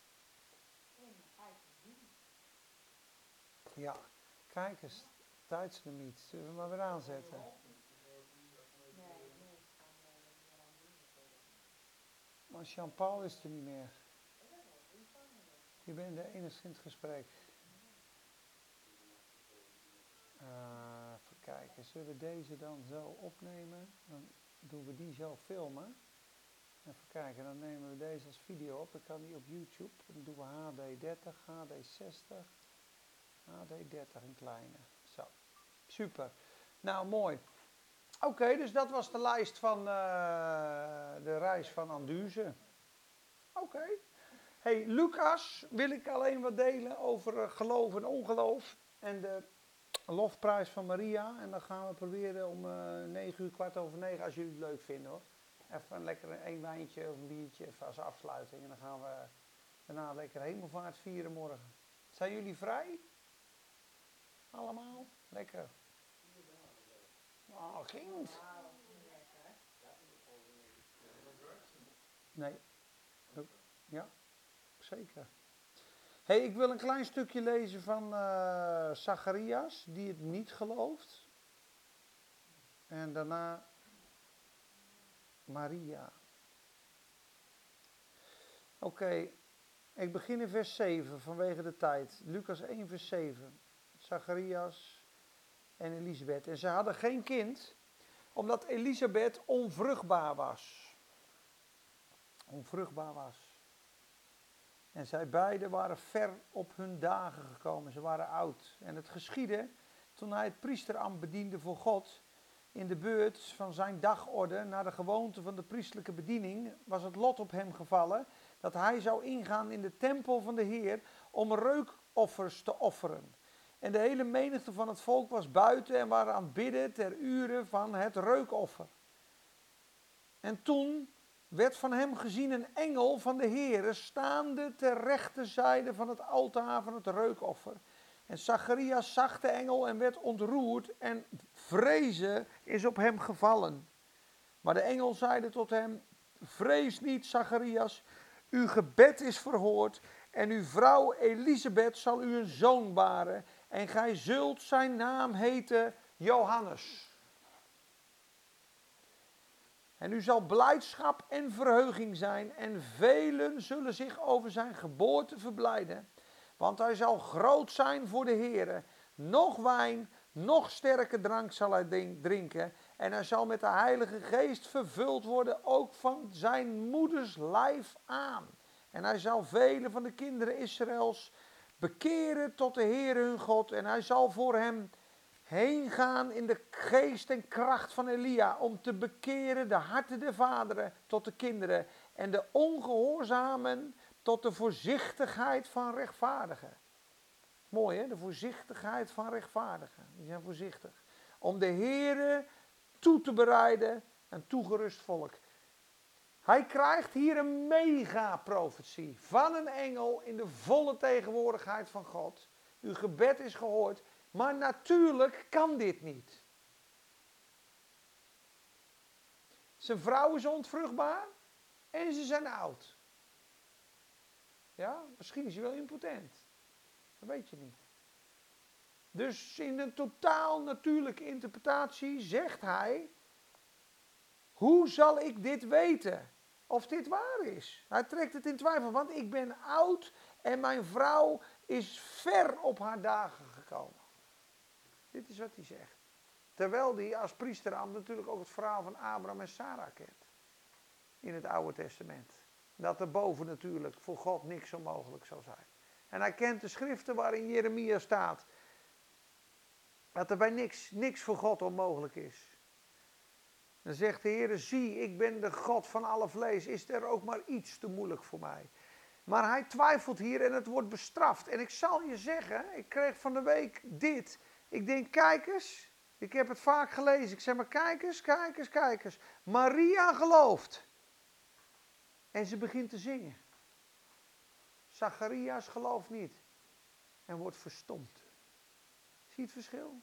15 juni. Ja, kijk eens, tijdslimiet. Zullen we maar weer aanzetten? Nee, nee, ze gaan er niet meer aan doen. Maar Jean-Paul is er niet meer. Ik ben wel vriend van me. Je bent de enige in het gesprek. Even kijken, zullen we deze dan zo opnemen? Dan doen we die zo filmen. Even kijken, dan nemen we deze als video op. Dan kan die op YouTube. Dan doen we HD 30, HD 60, HD 30 een kleine. Zo, super. Nou, mooi. Oké, dus dat was de lijst van de reis van Anduze. Oké. Hey, Lucas, wil ik alleen wat delen over geloof en ongeloof. En de lofprijs van Maria. En dan gaan we proberen om 9 uur, 9:15, als jullie het leuk vinden, hoor. Even een lekker een wijntje of een biertje even als afsluiting. En dan gaan we daarna lekker hemelvaart vieren morgen. Zijn jullie vrij? Allemaal? Lekker. 4 dagen zo. Oh, ging het? Ah, dat is niet lekker, hè? Nee. Ja, zeker. Hey, ik wil een klein stukje lezen van Zacharias, die het niet gelooft. En daarna Maria. Oké, ik begin in vers 7 vanwege de tijd. Lucas 1 vers 7. Zacharias en Elisabeth. En ze hadden geen kind, omdat Elisabeth onvruchtbaar was. Onvruchtbaar was. En zij beiden waren ver op hun dagen gekomen. Ze waren oud. En het geschiedde, toen hij het priesterambt bediende voor God, in de beurt van zijn dagorde, naar de gewoonte van de priestelijke bediening, was het lot op hem gevallen dat hij zou ingaan in de tempel van de Heer om reukoffers te offeren. En de hele menigte van het volk was buiten en waren aan het bidden ter ure van het reukoffer. En toen werd van hem gezien een engel van de Heere staande ter rechterzijde van het altaar van het reukoffer. En Zacharias zag de engel en werd ontroerd en vrezen is op hem gevallen. Maar de engel zeide tot hem, vrees niet Zacharias, uw gebed is verhoord en uw vrouw Elisabeth zal u een zoon baren en gij zult zijn naam heten Johannes. En u zal blijdschap en verheuging zijn en velen zullen zich over zijn geboorte verblijden. Want hij zal groot zijn voor de Heere. Nog wijn, nog sterke drank zal hij drinken. En hij zal met de Heilige Geest vervuld worden, ook van zijn moeders lijf aan. En hij zal velen van de kinderen Israëls bekeren tot de Heere hun God. En hij zal voor hem heen gaan in de geest en kracht van Elia, om te bekeren de harten der vaderen tot de kinderen en de ongehoorzamen tot de voorzichtigheid van rechtvaardigen. Mooi hè, de voorzichtigheid van rechtvaardigen. Die zijn voorzichtig. Om de Heere toe te bereiden, een toegerust volk. Hij krijgt hier een mega-profetie van een engel in de volle tegenwoordigheid van God. Uw gebed is gehoord. Maar natuurlijk kan dit niet. Zijn vrouw is onvruchtbaar en ze zijn oud. Ja, misschien is hij wel impotent. Dat weet je niet. Dus in een totaal natuurlijke interpretatie zegt hij, hoe zal ik dit weten? Of dit waar is? Hij trekt het in twijfel, want ik ben oud en mijn vrouw is ver op haar dagen gekomen. Dit is wat hij zegt. Terwijl hij als priesterambt natuurlijk ook het verhaal van Abraham en Sarah kent. In het Oude Testament. Dat er boven natuurlijk voor God niks onmogelijk zal zijn. En hij kent de schriften waarin Jeremia staat. Dat er bij niks voor God onmogelijk is. Dan zegt de Heer, zie, ik ben de God van alle vlees. Is er ook maar iets te moeilijk voor mij? Maar hij twijfelt hier en het wordt bestraft. En ik zal je zeggen, ik kreeg van de week dit. Ik denk, kijk eens. Ik heb het vaak gelezen. Ik zeg maar, kijk eens. Maria gelooft. En ze begint te zingen. Zacharias gelooft niet. En wordt verstomd. Zie je het verschil?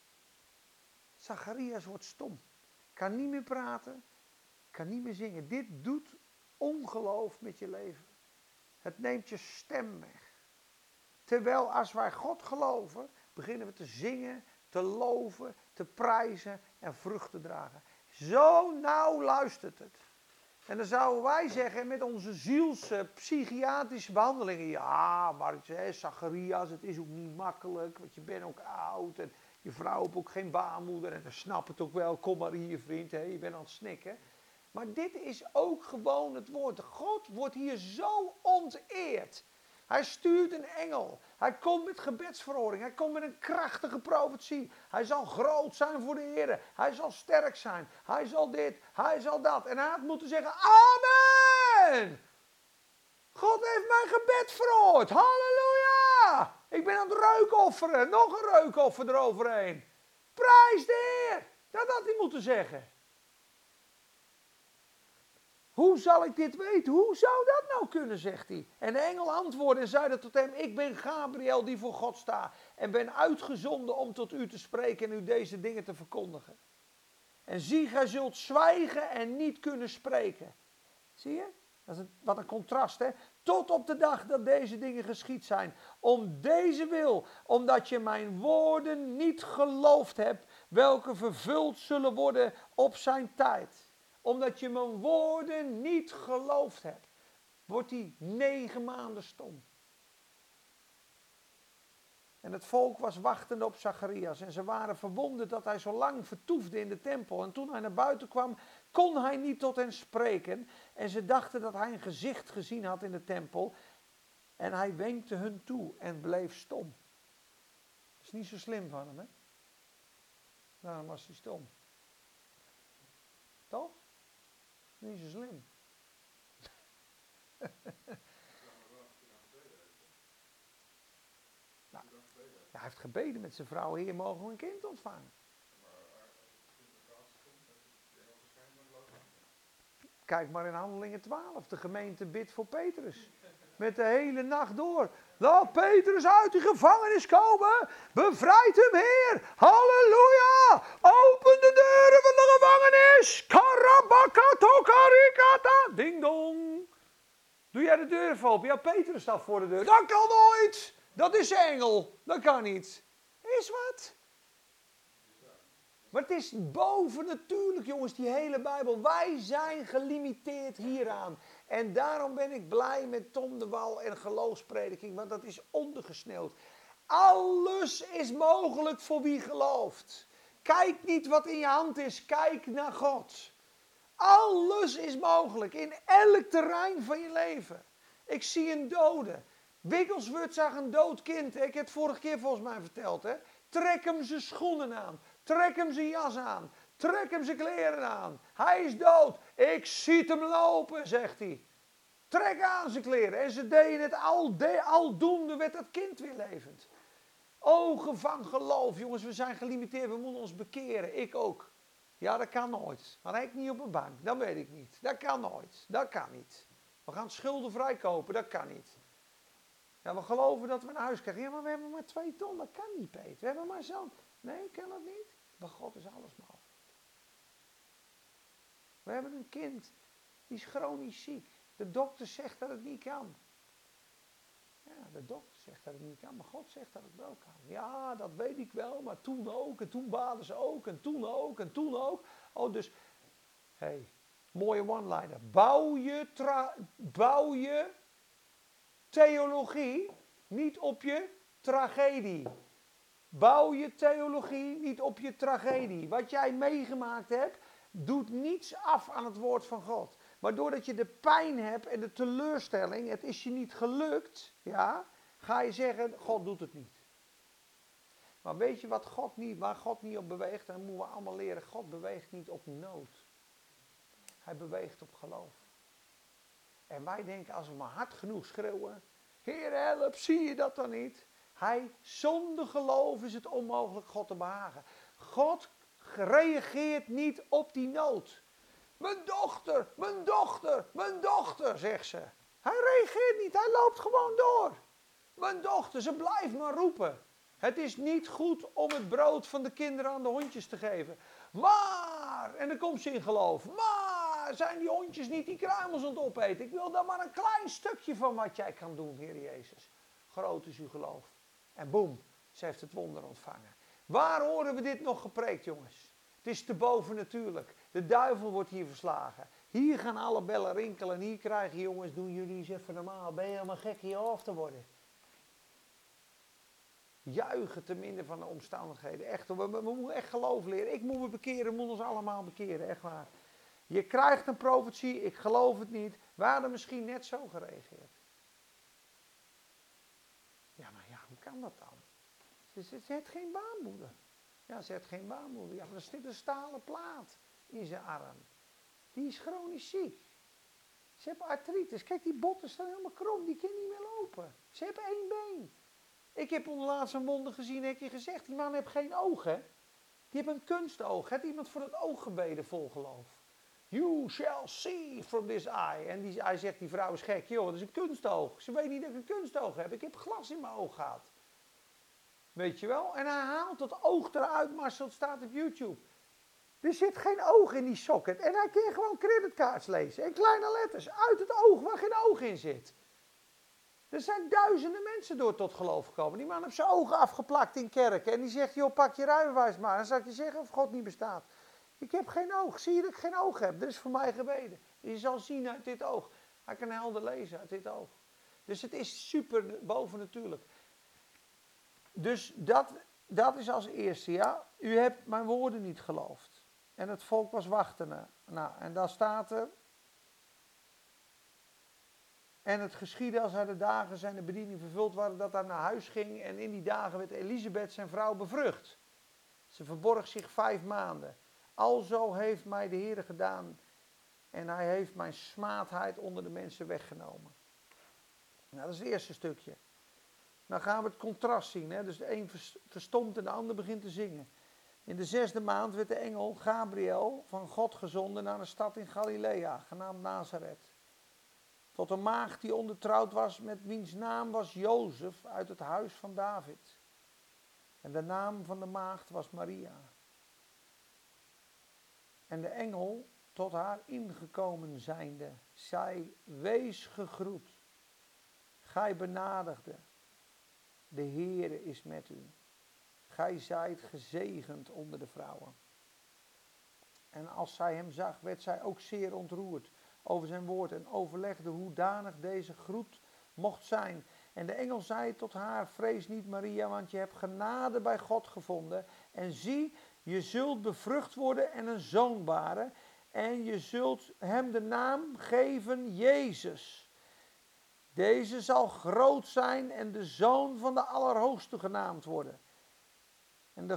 Zacharias wordt stom. Kan niet meer praten. Kan niet meer zingen. Dit doet ongeloof met je leven. Het neemt je stem weg. Terwijl als wij God geloven, beginnen we te zingen, te loven, te prijzen en vrucht te dragen. Zo nauw luistert het. En dan zouden wij zeggen met onze zielspsychiatrische behandelingen. Ja, maar Zacharias, het is ook niet makkelijk, want je bent ook oud en je vrouw heeft ook geen baarmoeder. En dan snap het ook wel, kom maar hier vriend, je bent aan het snikken. Maar dit is ook gewoon het woord. God wordt hier zo onteerd. Hij stuurt een engel. Hij komt met gebedsverhoring. Hij komt met een krachtige profetie. Hij zal groot zijn voor de Heer. Hij zal sterk zijn. Hij zal dit. Hij zal dat. En hij had moeten zeggen, amen. God heeft mijn gebed verhoord. Halleluja. Ik ben aan het reukofferen. Nog een reukoffer eroverheen. Prijs de Heer. Dat had hij moeten zeggen. Hoe zal ik dit weten? Hoe zou dat nou kunnen, zegt hij. En de engel antwoordde en zeide tot hem, ik ben Gabriel die voor God staat en ben uitgezonden om tot u te spreken en u deze dingen te verkondigen. En zie, gij zult zwijgen en niet kunnen spreken. Zie je? Dat is wat een contrast, hè? Tot op de dag dat deze dingen geschied zijn. Om deze wil, omdat je mijn woorden niet geloofd hebt, welke vervuld zullen worden op zijn tijd. Omdat je mijn woorden niet geloofd hebt, wordt hij 9 maanden stom. En het volk was wachtende op Zacharias. En ze waren verwonderd dat hij zo lang vertoefde in de tempel. En toen hij naar buiten kwam, kon hij niet tot hen spreken. En ze dachten dat hij een gezicht gezien had in de tempel. En hij wenkte hun toe en bleef stom. Dat is niet zo slim van hem, hè? Daarom was hij stom. Toch? Niet zo slim. Nou, hij heeft gebeden met zijn vrouw, Heer, mogen we een kind ontvangen. Kijk maar in Handelingen 12, de gemeente bidt voor Petrus. Met de hele nacht door. Laat Petrus uit die gevangenis komen. Bevrijd hem, Heer. Halleluja. Open de deuren van de gevangenis. Karabakatokarikata. Ding dong. Doe jij de deur even open? Ja, Petrus staat voor de deur. Dat kan nooit. Dat is de engel. Dat kan niet. Is wat? Maar het is bovennatuurlijk, jongens, die hele Bijbel. Wij zijn gelimiteerd hieraan. En daarom ben ik blij met Tom de Wal en geloofsprediking, want dat is ondergesneeuwd. Alles is mogelijk voor wie gelooft. Kijk niet wat in je hand is, kijk naar God. Alles is mogelijk in elk terrein van je leven. Ik zie een dode. Wigglesworth zag een dood kind. Ik heb het vorige keer volgens mij verteld. Hè? Trek hem zijn schoenen aan. Trek hem zijn jas aan. Trek hem zijn kleren aan. Hij is dood. Ik zie hem lopen, zegt hij. Trek aan zijn kleren. En ze deden het aldoende werd dat kind weer levend. Ogen van geloof. Jongens, we zijn gelimiteerd. We moeten ons bekeren. Ik ook. Ja, dat kan nooit. Maar ik niet op een bank. Dat weet ik niet. Dat kan nooit. Dat kan niet. We gaan schulden vrijkopen. Dat kan niet. Ja, we geloven dat we een huis krijgen. Ja, maar we hebben maar 2 ton. Dat kan niet, Peter. We hebben maar zo'n... Nee, kan dat niet? Bij God is alles mogelijk. We hebben een kind. Die is chronisch ziek. De dokter zegt dat het niet kan. Ja, de dokter zegt dat het niet kan. Maar God zegt dat het wel kan. Ja, dat weet ik wel. Maar toen ook. En toen baden ze ook. En toen ook. En toen ook. Oh, dus... Hey, mooie one-liner. Bouw je theologie niet op je tragedie. Bouw je theologie niet op je tragedie. Wat jij meegemaakt hebt, doet niets af aan het woord van God. Maar doordat je de pijn hebt en de teleurstelling, het is je niet gelukt, ja, ga je zeggen, God doet het niet. Maar weet je waar God niet op beweegt? Dan moeten we allemaal leren, God beweegt niet op nood. Hij beweegt op geloof. En wij denken, als we maar hard genoeg schreeuwen, Heer help, zie je dat dan niet? Zonder geloof is het onmogelijk God te behagen. God reageert niet op die nood. Mijn dochter, mijn dochter, mijn dochter, zegt ze. Hij reageert niet, hij loopt gewoon door. Mijn dochter, ze blijft maar roepen. Het is niet goed om het brood van de kinderen aan de hondjes te geven. Maar, en dan komt ze in geloof, maar zijn die hondjes niet die kruimels aan het opeten? Ik wil dan maar een klein stukje van wat jij kan doen, Heer Jezus. Groot is uw geloof. En boem, ze heeft het wonder ontvangen. Waar horen we dit nog gepreekt, jongens? Het is te bovennatuurlijk. De duivel wordt hier verslagen. Hier gaan alle bellen rinkelen. En hier krijgen jongens, doen jullie eens even normaal. Ben je helemaal gek hier af te worden? Juichen te midden van de omstandigheden. Echt, we moeten echt geloof leren. Ik moet me bekeren, we moeten ons allemaal bekeren. Echt waar. Je krijgt een profetie, ik geloof het niet. We hadden misschien net zo gereageerd. Ja, maar ja, hoe kan dat dan? Ze heeft geen baarmoeder. Ja, ze heeft geen baarmoeder. Ja, maar er zit een stalen plaat in zijn arm. Die is chronisch ziek. Ze heeft artritis. Kijk, die botten staan helemaal krom. Die kan niet meer lopen. Ze heeft 1 been. Ik heb onderlaatst een wonder gezien, heb je gezegd. Die man heeft geen oog, hè. Die heeft een kunstoog. Heeft iemand voor het oog gebeden vol geloof? You shall see from this eye. En hij zegt, die vrouw is gek. Joh, dat is een kunstoog. Ze weet niet dat ik een kunstoog heb. Ik heb glas in mijn oog gehad. Weet je wel? En hij haalt dat oog eruit, Marcel, het staat op YouTube. Er zit geen oog in die socket. En hij kan gewoon creditcards lezen. En kleine letters uit het oog waar geen oog in zit. Er zijn duizenden mensen door tot geloof gekomen. Die man heeft zijn ogen afgeplakt in kerken. En die zegt, joh, pak je rijbewijs maar. Dan zal ik je zeggen of God niet bestaat. Ik heb geen oog. Zie je dat ik geen oog heb? Er is voor mij gebeden. Je zal zien uit dit oog. Hij kan helder lezen uit dit oog. Dus het is super bovennatuurlijk. Dus dat is als eerste, ja. U hebt mijn woorden niet geloofd. En het volk was wachtende. Nou, en dan staat er. En het geschiedde als hij de dagen zijn de bediening vervuld waren, dat hij naar huis ging. En in die dagen werd Elisabeth zijn vrouw bevrucht. Ze verborg zich 5 maanden. Alzo heeft mij de Heere gedaan en hij heeft mijn smaadheid onder de mensen weggenomen. Nou, dat is het eerste stukje. Dan gaan we het contrast zien. Hè? Dus de een verstomt en de ander begint te zingen. In de 6e maand werd de engel Gabriel van God gezonden naar een stad in Galilea, genaamd Nazareth. Tot een maagd die ondertrouwd was, met wiens naam was Jozef uit het huis van David. En de naam van de maagd was Maria. En de engel, tot haar ingekomen zijnde, zei: wees gegroet, gij benadigde, de Heere is met u. Gij zijt gezegend onder de vrouwen. En als zij hem zag, werd zij ook zeer ontroerd over zijn woord en overlegde hoedanig deze groet mocht zijn. En de engel zei tot haar: vrees niet, Maria, want je hebt genade bij God gevonden. En zie, je zult bevrucht worden en een zoon baren. En je zult hem de naam geven Jezus. Deze zal groot zijn en de zoon van de Allerhoogste genaamd worden. En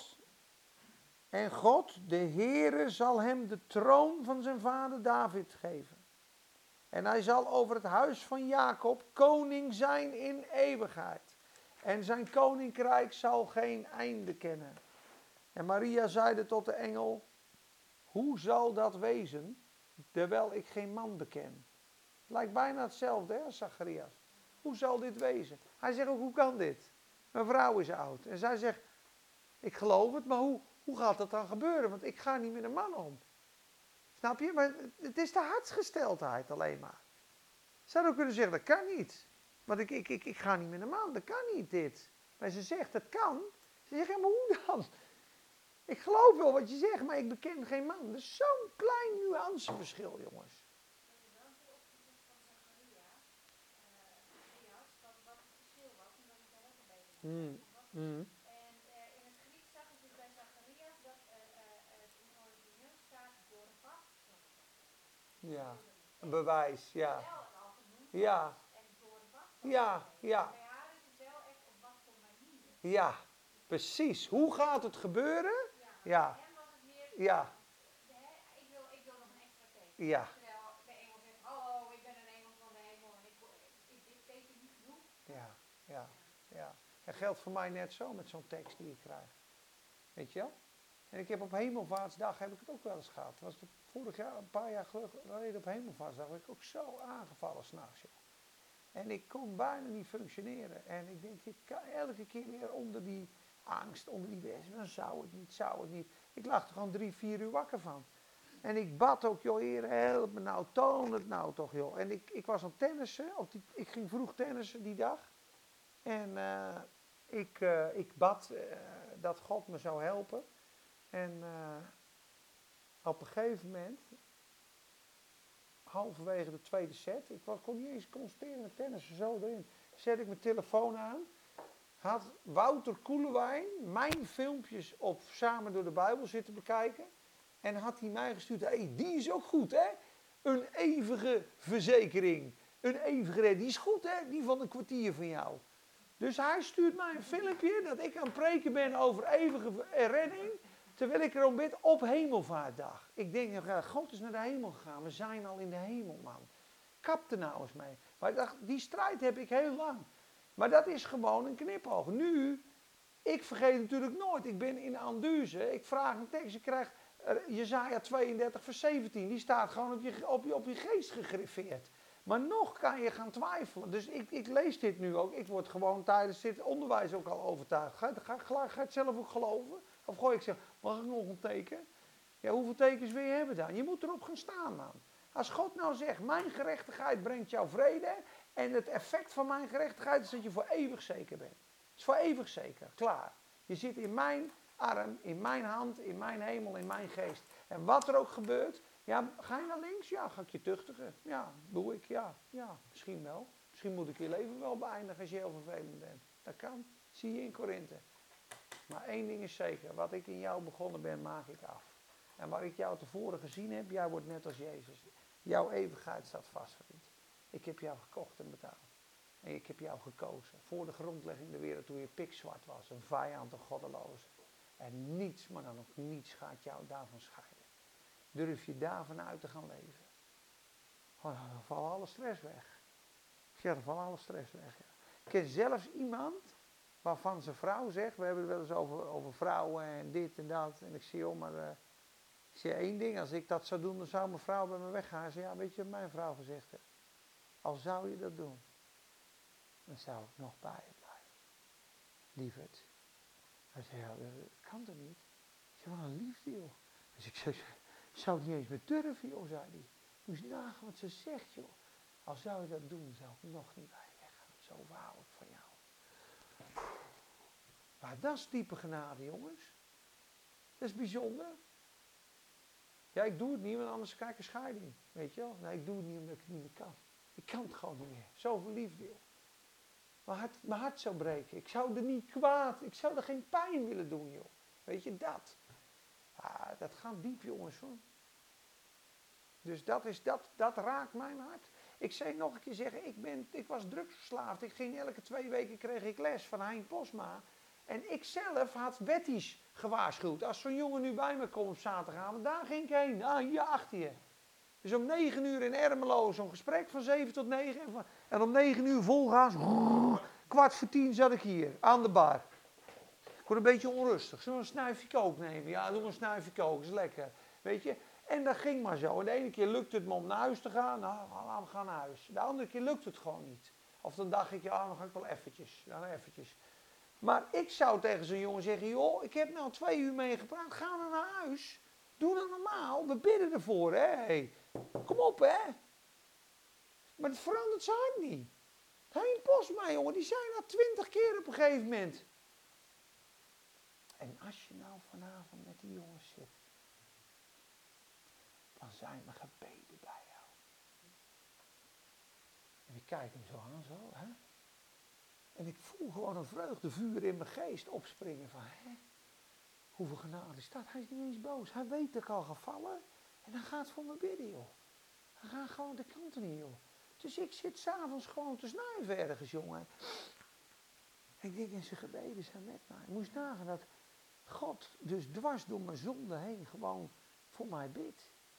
God, de Heere, zal hem de troon van zijn vader David geven. En hij zal over het huis van Jacob koning zijn in eeuwigheid. En zijn koninkrijk zal geen einde kennen. En Maria zeide tot de engel: hoe zal dat wezen, terwijl ik geen man beken? Lijkt bijna hetzelfde hè, als Zacharias. Hoe zal dit wezen? Hij zegt ook: hoe kan dit? Mijn vrouw is oud. En zij zegt: ik geloof het, maar hoe gaat dat dan gebeuren? Want ik ga niet met een man om. Snap je? Maar het is de hartsgesteldheid alleen maar. Zou ook kunnen zeggen: dat kan niet. Want ik ga niet met een man, dat kan niet dit. Maar ze zegt: dat kan. Ze zegt: ja, maar hoe dan? Ik geloof wel wat je zegt, maar ik beken geen man. Dat is zo'n klein nuanceverschil, jongens. Dat is wel een keer opgezegd van Zacharias. Wat het verschil was, omdat ik daar ook een beetje mee bezig was. En in het Grieks zag ik dus bij Zacharias dat het in het origineel staat Gorbat Zopat. Ja, een bewijs, ja. Wel het al genoemd Ja, en Gorbat. ja, ja, Bij haar is het wel echt op wat voor manier. ja, precies. Hoe gaat het gebeuren? Ja, Bij hem was het meer, ja, ik wil nog een extra teken. ja, Terwijl de engel zegt: hallo, ik ben een engel van de hemel en is dit teken niet genoeg? ja, ja, ja. Dat geldt voor mij net zo met zo'n tekst die ik krijg. Weet je wel? En ik heb op Hemelvaartsdag heb ik het ook wel eens gehad. Was het vorig jaar, een paar jaar geleden op Hemelvaartsdag, werd ik ook zo aangevallen s'nachts, joh. En ik kon bijna niet functioneren. En ik denk, ik kan elke keer weer onder die angst, onder die wezen. Dan zou het niet, zou het niet. Ik lag er gewoon 3, 4 uur wakker van. En ik bad ook: joh, Heer, help me nou, toon het nou toch, joh. En ik was aan het tennissen, ik ging vroeg tennissen die dag. En ik bad dat God me zou helpen. En op een gegeven moment, halverwege de tweede set, ik kon niet eens concentreren met tennissen, zo erin, zet ik mijn telefoon aan. Had Wouter Koelewijn mijn filmpjes op Samen door de Bijbel zitten bekijken. En had hij mij gestuurd: hey, die is ook goed, hè? Een eeuwige verzekering. Een eeuwige, die is goed, hè? Die van een kwartier van jou. Dus hij stuurt mij een filmpje dat ik aan het preken ben over eeuwige redding. Terwijl ik erom bid op Hemelvaartdag. Ik denk: God is naar de hemel gegaan. We zijn al in de hemel, man. Kap er nou eens mee. Maar ik dacht, die strijd heb ik heel lang. Maar dat is gewoon een knipoog. Nu, ik vergeet natuurlijk nooit. Ik ben in Anduze. Ik vraag een tekst. Ik krijg Jesaja 32 vers 17. Die staat gewoon op je geest gegriffeerd. Maar nog kan je gaan twijfelen. Dus ik lees dit nu ook. Ik word gewoon tijdens dit onderwijs ook al overtuigd. Ga je het zelf ook geloven? Of gooi ik zeg: mag ik nog een teken? Ja, hoeveel tekens wil je hebben dan? Je moet erop gaan staan, man. Als God nou zegt: mijn gerechtigheid brengt jou vrede. En het effect van mijn gerechtigheid is dat je voor eeuwig zeker bent. Het is voor eeuwig zeker, klaar. Je zit in mijn arm, in mijn hand, in mijn hemel, in mijn geest. En wat er ook gebeurt, ja, ga je naar links? Ja, ga ik je tuchtigen. Ja, doe ik, ja, misschien wel. Misschien moet ik je leven wel beëindigen als je heel vervelend bent. Dat kan, zie je in Korinthe. Maar één ding is zeker: wat ik in jou begonnen ben, maak ik af. En waar ik jou tevoren gezien heb, jij wordt net als Jezus. Jouw eeuwigheid staat vast, vriend. Ik heb jou gekocht en betaald. En ik heb jou gekozen. Voor de grondlegging der wereld, toen je pikzwart was. Een vijand, een goddeloze. En niets, maar dan ook niets gaat jou daarvan scheiden. Durf je daarvan uit te gaan leven. Oh, dan valt alle stress weg. Ja, dan valt alle stress weg. Ja. Ik ken zelfs iemand waarvan zijn vrouw zegt, we hebben het wel eens over vrouwen en dit en dat. En ik zie, joh, maar ik zie één ding, als ik dat zou doen, dan zou mijn vrouw bij me weggaan. Hij zei, ja, weet je wat mijn vrouw gezegd heeft? Al zou je dat doen, dan zou ik nog bij je blijven. Lieverd. Hij zei, ja, dat kan toch niet? Ik zei, wat een liefde, joh. Dus ik zei, ik zou het niet eens meer durven, joh, zei hij. Moest je nagaan wat ze zegt, joh. Al zou je dat doen, zou ik nog niet bij je weggaan. Zo hou ik van jou. Maar dat is diepe genade, jongens. Dat is bijzonder. Ja, ik doe het niet, want anders krijg ik een scheiding. Weet je wel? Nee, ik doe het niet omdat ik het niet meer kan. Ik kan het gewoon niet meer. Zoveel liefde, joh. Mijn hart zou breken. Ik zou er niet kwaad, ik zou er geen pijn willen doen, joh. Weet je, dat. Ja, dat gaat diep, jongens, hoor. Dus dat raakt mijn hart. Ik zei nog een keer zeggen, ik was drugsverslaafd. Ik ging elke 2 weken kreeg ik les van Hein Posma. En ik zelf had wettisch gewaarschuwd. Als zo'n jongen nu bij me komt op zaterdagavond, daar ging ik heen. Ah, hier achter je. Dus om 9 uur in Ermelo, zo'n gesprek van 7 tot 9. En om 9 uur volgaans, 9:15 zat ik hier, aan de bar. Ik word een beetje onrustig. Zullen we een snuifje kook nemen? Ja, doe een snuifje kook, is lekker. Weet je? En dat ging maar zo. En de ene keer lukt het me om naar huis te gaan. Nou, laten we gaan naar huis. De andere keer lukt het gewoon niet. Of dan dacht ik, ja, dan ga ik wel eventjes. Dan eventjes. Maar ik zou tegen zo'n jongen zeggen, joh, ik heb nou 2 uur meegepraat. Ga dan naar huis. Doe dat normaal. We bidden ervoor, hè. Hey, kom op, hè. Maar het verandert zijn hart niet. Hein Posma, jongen, die zijn al 20 keer op een gegeven moment. En als je nou vanavond met die jongens zit, dan zijn mijn gebeden bij jou. En ik kijk hem zo aan, zo, hè. En ik voel gewoon een vreugdevuur in mijn geest opspringen van, hè. Hoeveel genade is dat? Hij is niet eens boos. Hij weet dat ik al ga vallen. En hij gaat voor me bidden, joh. Hij gaat gewoon de kanten in, joh. Dus ik zit s'avonds gewoon te snuiven ergens, jongen. En ik denk, en zijn gebeden zijn met mij. Ik moest nagaan dat God dus dwars door mijn zonde heen gewoon voor mij bidt.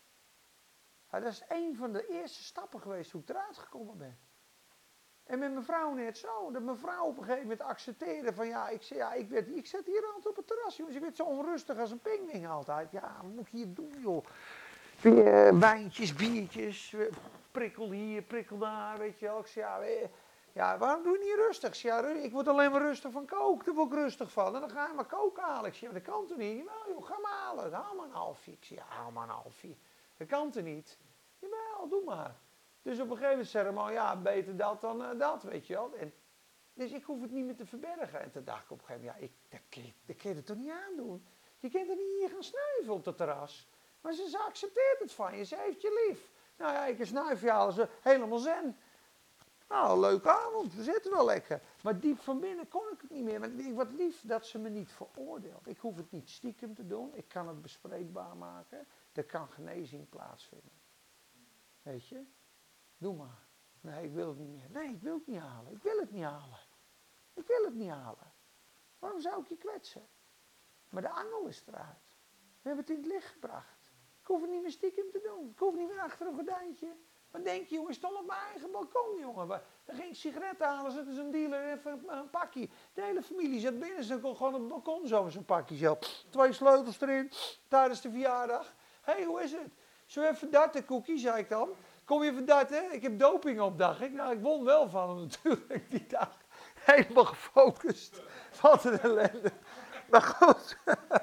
Ja, dat is een van de eerste stappen geweest hoe ik eruit gekomen ben. En met mijn vrouw net zo. Dat mijn vrouw op een gegeven moment accepteerde van ja, ik zei ja, ik zit hier altijd op het terras, jongens. Ik werd zo onrustig als een pinguïn altijd. Ja, wat moet ik hier doen, joh? Weer wijntjes, biertjes, prikkel hier, prikkel daar, weet je wel. Ik zei ja, waarom doe je niet rustig? Ik zei, ja, ik word alleen maar rustig van kook, daar word ik rustig van. En dan ga je maar kook halen. Ik zei, ja, dat kan toch niet? Nou joh, ga maar halen, haal maar een halfje. Ik zei, ja, haal maar een halfje. Dat kan toch niet? Jawel, doe maar. Dus op een gegeven moment zei hij, ja, beter dat dan dat, weet je wel. En, dus ik hoef het niet meer te verbergen. En toen dacht ik op een gegeven moment, ja, dat kun je het toch niet aandoen? Je kunt er niet hier gaan snuiven op het terras. Maar ze accepteert het van je, ze heeft je lief. Nou ja, ik een snuifje halen, ze helemaal zen. Nou, een leuke avond, we zitten wel lekker. Maar diep van binnen kon ik het niet meer. Maar ik denk, wat lief dat ze me niet veroordeelt. Ik hoef het niet stiekem te doen, ik kan het bespreekbaar maken. Er kan genezing plaatsvinden. Weet je? Doe maar. Nee, ik wil het niet meer. Nee, ik wil het niet halen. Ik wil het niet halen. Ik wil het niet halen. Waarom zou ik je kwetsen? Maar de angel is eruit. We hebben het in het licht gebracht. Ik hoef het niet meer stiekem te doen. Ik hoef niet meer achter een gordijntje. Wat denk je, jongen? Ik stond op mijn eigen balkon, jongen. Dan ging ik sigaretten halen, zette zo'n dealer even een pakje. De hele familie zat binnen, ze kon gewoon op het balkon zo zo'n pakje zo. 2 sleutels erin, tijdens de verjaardag. Hé, hoe is het? Zullen we even darten, Cookie, zei ik dan. Kom je even darten? Ik heb doping op, dacht ik. Nou, ik won wel van hem natuurlijk die dag. Helemaal gefocust. Wat een ellende. Maar goed.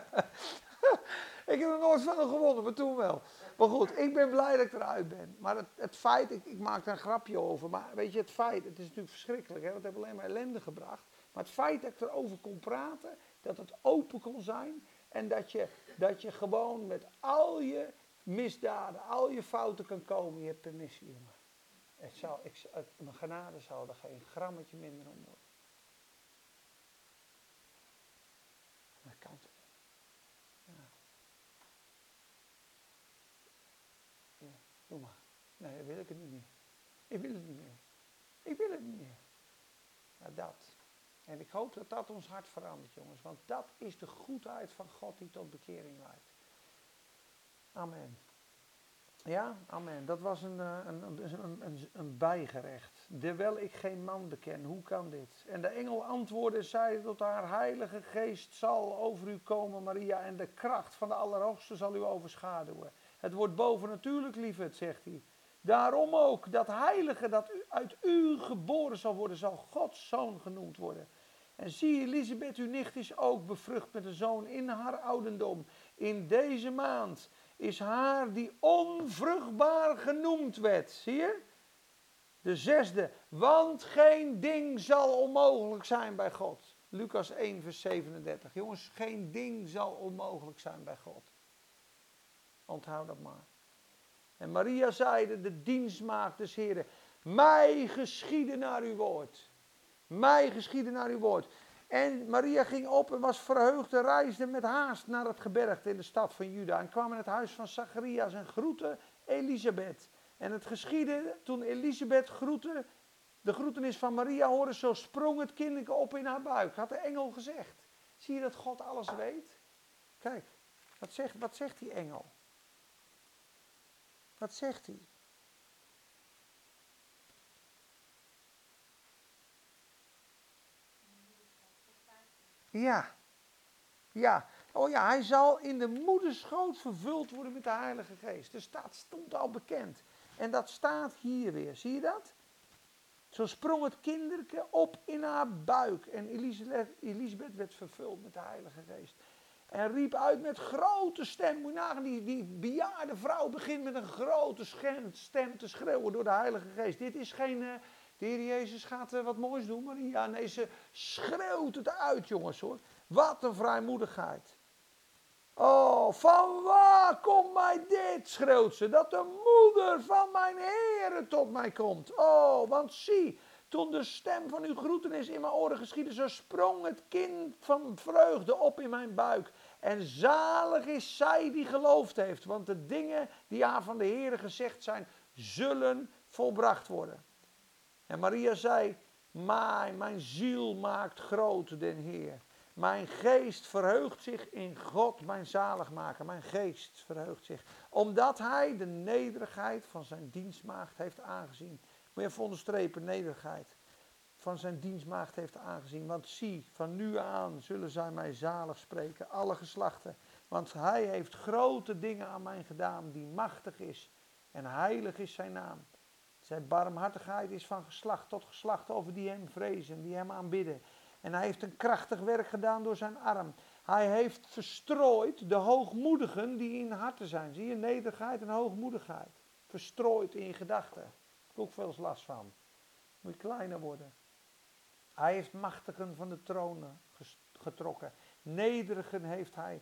Ik heb er nooit van hem gewonnen, maar toen wel. Maar goed, ik ben blij dat ik eruit ben. Maar het feit, ik maak daar een grapje over. Maar weet je, het feit, het is natuurlijk verschrikkelijk. Hè, want het heeft alleen maar ellende gebracht. Maar het feit dat ik erover kon praten, dat het open kon zijn. En dat je gewoon met al je misdaden, al je fouten kan komen. Je hebt permissie, jongen. Mijn genade zal er geen grammetje minder om worden. Dat kan toch niet. Ja. Ja, doe maar. Nee, dan wil ik het niet meer. Ik wil het niet meer. Ik wil het niet meer. Ja, dat. En ik hoop dat dat ons hart verandert, jongens. Want dat is de goedheid van God die tot bekering leidt. Amen. Ja, amen. Dat was een bijgerecht. Terwijl ik geen man beken, hoe kan dit? En de engel antwoordde, zei tot haar, Heilige Geest zal over u komen, Maria, en de kracht van de Allerhoogste zal u overschaduwen. Het wordt bovennatuurlijk, lieverd, zegt hij. Daarom ook, dat heilige dat uit u geboren zal worden, zal Gods zoon genoemd worden. En zie, Elisabeth, uw nicht, is ook bevrucht met een zoon in haar ouderdom. In deze maand is haar die onvruchtbaar genoemd werd. Zie je? De 6e. Want geen ding zal onmogelijk zijn bij God. Lucas 1 vers 37. Jongens, geen ding zal onmogelijk zijn bij God. Onthoud dat maar. En Maria zeide, de dienstmaagd des Heren, mij geschieden naar uw woord. Mij geschieden naar uw woord. En Maria ging op en was verheugd en reisde met haast naar het gebergte in de stad van Juda. En kwam in het huis van Zacharias en groette Elisabeth. En het geschiedde toen Elisabeth groette, de groetenis van Maria hoorde, zo sprong het kindje op in haar buik. Had de engel gezegd. Zie je dat God alles weet? Kijk, wat zegt die engel? Wat zegt hij? Ja. Ja. Oh ja, hij zal in de moederschoot vervuld worden met de Heilige Geest. Dus dat stond al bekend. En dat staat hier weer. Zie je dat? Zo sprong het kinderke op in haar buik. En Elisabeth werd vervuld met de Heilige Geest. En riep uit met grote stem. Moet je nagaan, die bejaarde vrouw begint met een grote stem te schreeuwen door de Heilige Geest. Dit is geen, de Heer Jezus gaat wat moois doen, Maria. Nee, ze schreeuwt het uit, jongens hoor. Wat een vrijmoedigheid. Oh, van waar komt mij dit, schreeuwt ze, dat de moeder van mijn Heere tot mij komt. Oh, want zie, toen de stem van uw groetenis in mijn oren geschiedde, zo sprong het kind van vreugde op in mijn buik. En zalig is zij die geloofd heeft, want de dingen die haar van de Heere gezegd zijn, zullen volbracht worden. En Maria zei, mijn ziel maakt groot den Heer. Mijn geest verheugt zich in God, mijn zaligmaker. Mijn geest verheugt zich. Omdat hij de nederigheid van zijn dienstmaagd heeft aangezien. Moet je even onderstrepen, nederigheid. Van zijn dienstmaagd heeft aangezien. Want zie, van nu aan zullen zij mij zalig spreken, alle geslachten. Want hij heeft grote dingen aan mij gedaan, die machtig is. En heilig is zijn naam. Zijn barmhartigheid is van geslacht tot geslacht over die hem vrezen, die hem aanbidden. En hij heeft een krachtig werk gedaan door zijn arm. Hij heeft verstrooid de hoogmoedigen die in harten zijn. Zie je, nederigheid en hoogmoedigheid. Verstrooid in je gedachten. Daar heb ik ook veel eens last van. Moet je kleiner worden. Hij heeft machtigen van de tronen getrokken. Nederigen heeft hij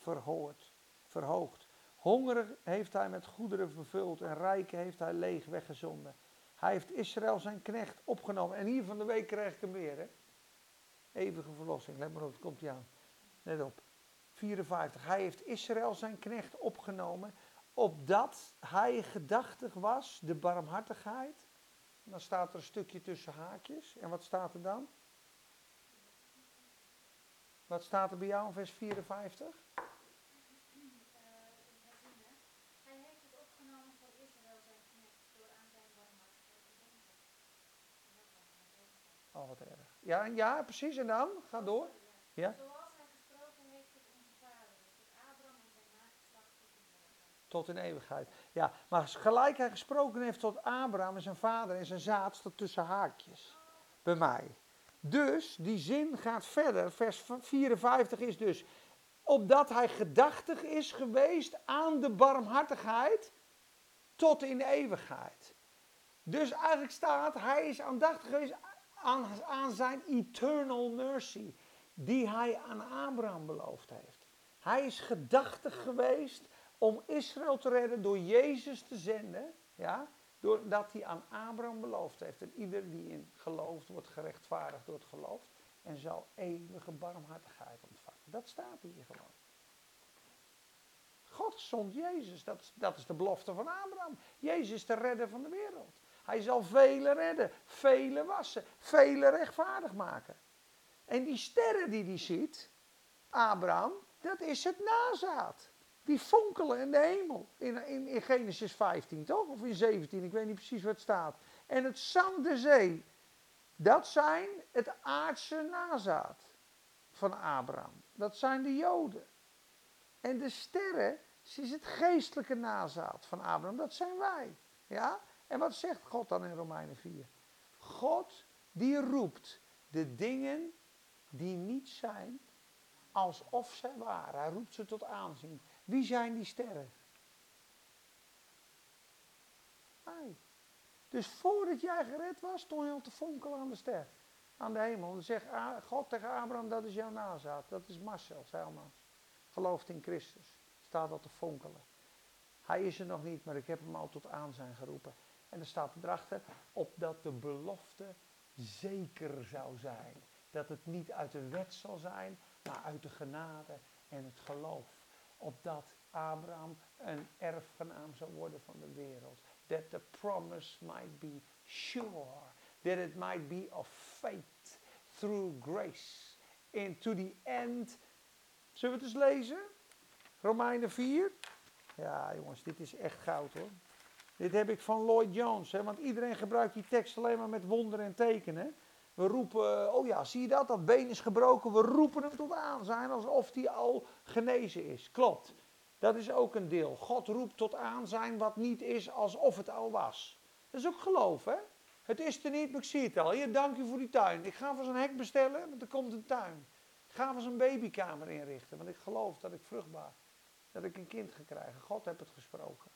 verhoogd. Hongerig heeft hij met goederen vervuld en rijken heeft hij leeg weggezonden. Hij heeft Israël zijn knecht opgenomen. En hier van de week krijg ik hem weer, hè. Eeuwige verlossing, let maar op, het komt hij aan. Let op. 54. Hij heeft Israël zijn knecht opgenomen, opdat hij gedachtig was, de barmhartigheid. Dan staat er een stukje tussen haakjes. En wat staat er dan? Wat staat er bij jou in vers 54? Hij heeft het opgenomen voor Israël zijn knecht, door aan zijn barmhartigheid te denken. En dan gaan we naar de eeuwigheid. Oh, wat erg. Ja, precies. En dan? Ga door. Ja? Zoals hij gesproken heeft tot onze vaderen, tot Abraham en zijn nageslacht tot in eeuwigheid. Tot in eeuwigheid. Ja, maar gelijk hij gesproken heeft tot Abraham en zijn vader en zijn zaad, staat tussen haakjes. Bij mij. Dus, die zin gaat verder. Vers 54 is dus, opdat hij gedachtig is geweest aan de barmhartigheid tot in de eeuwigheid. Dus eigenlijk staat, hij is aandachtig geweest aan zijn eternal mercy, die hij aan Abraham beloofd heeft. Hij is gedachtig geweest om Israël te redden door Jezus te zenden, ja, doordat hij aan Abraham beloofd heeft. En ieder die in gelooft, wordt gerechtvaardigd door het geloof en zal eeuwige barmhartigheid ontvangen. Dat staat hier gewoon. God zond Jezus, dat is de belofte van Abraham. Jezus is de redder van de wereld. Hij zal velen redden, velen wassen, velen rechtvaardig maken. En die sterren die hij ziet, Abraham, dat is het nazaat. Die fonkelen in de hemel. In Genesis 15, toch? Of in 17, ik weet niet precies wat staat. En het zand der zee, dat zijn het aardse nazaat van Abraham. Dat zijn de Joden. En de sterren, dat is het geestelijke nazaat van Abraham. Dat zijn wij. Ja? En wat zegt God dan in Romeinen 4? God die roept de dingen die niet zijn alsof zij waren. Hij roept ze tot aanzien. Wie zijn die sterren? Wij. Dus voordat jij gered was, stond je al te fonkelen aan de ster. Aan de hemel. En dan zegt God tegen Abraham, dat is jouw nazaat. Dat is Marcel Zijlmans. Gelooft in Christus. Staat al te fonkelen. Hij is er nog niet, maar ik heb hem al tot aanzijn geroepen. En er staat erachter, opdat de belofte zeker zou zijn. Dat het niet uit de wet zal zijn, maar uit de genade en het geloof. Opdat Abraham een erfgenaam zou worden van de wereld. That the promise might be sure. That it might be of faith through grace. Into the end. Zullen we het eens lezen? Romeinen 4. Ja jongens, dit is echt goud hoor. Dit heb ik van Lloyd Jones. Hè, want iedereen gebruikt die tekst alleen maar met wonderen en tekenen. We roepen, oh ja, zie je dat? Dat been is gebroken. We roepen hem tot aanzijn alsof hij al genezen is. Klopt. Dat is ook een deel. God roept tot aanzijn wat niet is alsof het al was. Dat is ook geloof, hè? Het is er niet, maar ik zie het al. Heer, dank u voor die tuin. Ik ga vast een hek bestellen, want er komt een tuin. Ik ga vast een babykamer inrichten, want ik geloof dat ik vruchtbaar, dat ik een kind ga krijgen. God heeft het gesproken.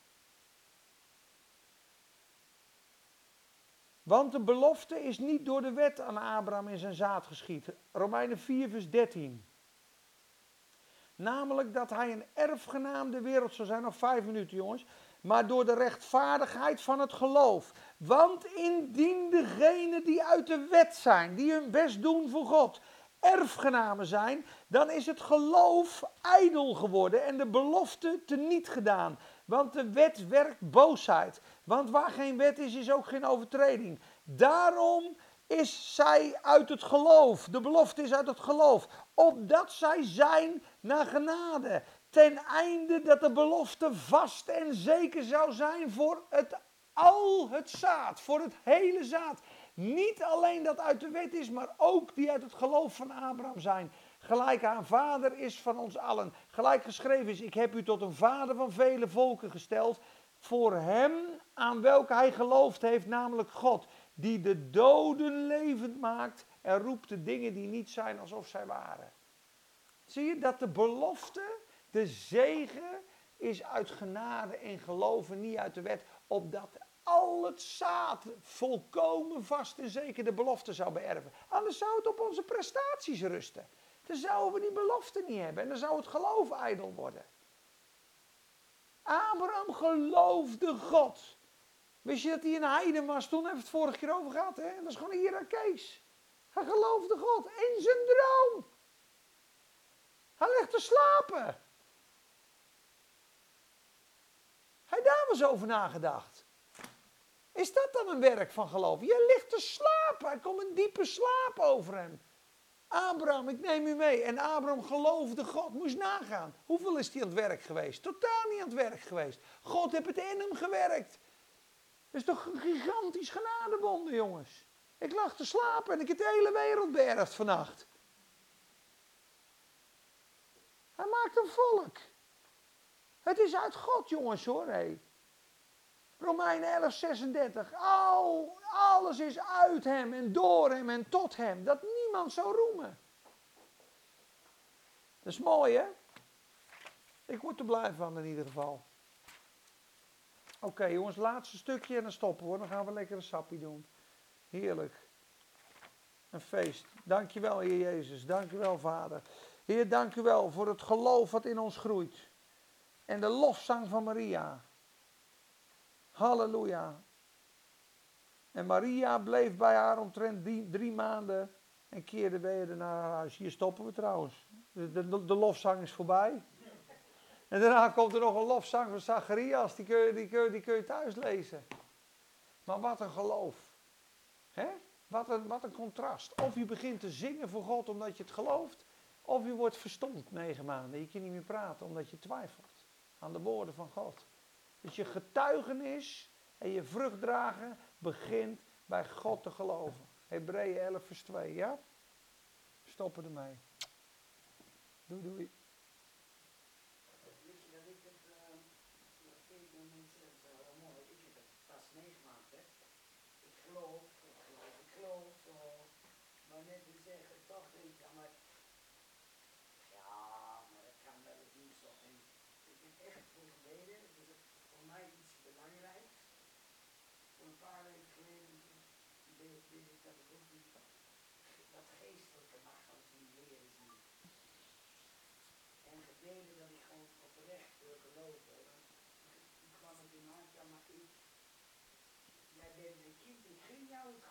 Want de belofte is niet door de wet aan Abraham in zijn zaad geschied. Romeinen 4 vers 13. Namelijk dat hij een erfgenaam de wereld zou zijn. Nog 5 minuten jongens. Maar door de rechtvaardigheid van het geloof. Want indien degenen die uit de wet zijn, die hun best doen voor God, erfgenamen zijn, dan is het geloof ijdel geworden en de belofte teniet gedaan. Want de wet werkt boosheid. Want waar geen wet is, is ook geen overtreding. Daarom is zij uit het geloof. De belofte is uit het geloof. Opdat zij zijn naar genade. Ten einde dat de belofte vast en zeker zou zijn voor het zaad. Voor het hele zaad. Niet alleen dat uit de wet is, maar ook die uit het geloof van Abraham zijn. Gelijk aan vader is van ons allen. Gelijk geschreven is, ik heb u tot een vader van vele volken gesteld. Voor hem aan welke hij geloofd heeft, namelijk God. Die de doden levend maakt en roept de dingen die niet zijn alsof zij waren. Zie je dat de belofte, de zegen is uit genade en geloven, niet uit de wet. Opdat al het zaad volkomen vast en zeker de belofte zou beërven. Anders zou het op onze prestaties rusten. Dan zouden we die belofte niet hebben en dan zou het geloof ijdel worden. Abraham geloofde God. Wist je dat hij een heiden was? Toen hebben we het vorige keer over gehad. Hè? Dat is gewoon een Irakees. Hij geloofde God in zijn droom. Hij ligt te slapen. Hij daar was over nagedacht. Is dat dan een werk van geloof? Je ligt te slapen. Er komt een diepe slaap over hem. Abraham, ik neem u mee. En Abraham geloofde God. Moest nagaan. Hoeveel is hij aan het werk geweest? Totaal niet aan het werk geweest. God heeft het in hem gewerkt. Dat is toch een gigantisch genadewonder, jongens. Ik lag te slapen en ik heb de hele wereld beërfd vannacht. Hij maakt een volk. Het is uit God, jongens, hoor. Hey. Romeinen 11:36. Alles is uit hem en door hem en tot hem. Dat niemand zou roemen. Dat is mooi, hè? Ik word er blij van in ieder geval. Oké, jongens, laatste stukje en dan stoppen we. Dan gaan we lekker een sappie doen. Heerlijk. Een feest. Dankjewel, Heer Jezus. Dankjewel, Vader. Heer, dankjewel voor het geloof wat in ons groeit. En de lofzang van Maria. Halleluja. En Maria bleef bij haar omtrent 3 maanden en keerde weer naar haar huis. Hier stoppen we trouwens. De lofzang is voorbij. En daarna komt er nog een lofzang van Zacharias. Die kun je thuis lezen. Maar wat een geloof. Hè? Wat een contrast. Of je begint te zingen voor God omdat je het gelooft. Of je wordt verstomd 9 maanden. Je kunt niet meer praten omdat je twijfelt aan de woorden van God. Dus je getuigenis en je vruchtdragen begint bij God te geloven. Hebreeën 11 vers 2, ja? Stoppen ermee. Doei. Weet je dat ik het, veel mensen zeggen, dat is wel mooi, ik heb het pas meegemaakt, hè. Ik geloof, zo. Maar net te zeggen, toch denk ik, maar dat kan wel eens niet zo. En ik heb echt voor gebeden, het is voor mij iets belangrijks. Voor een paar weken geleden, wist ik dat ik ook dat geestelijke mag gaan zien, leren zien. En gebeden dat ik gewoon oprecht wil geloven. Toen kwam het in mijn hart, ja maar jij bent mijn kind, ik gun jou het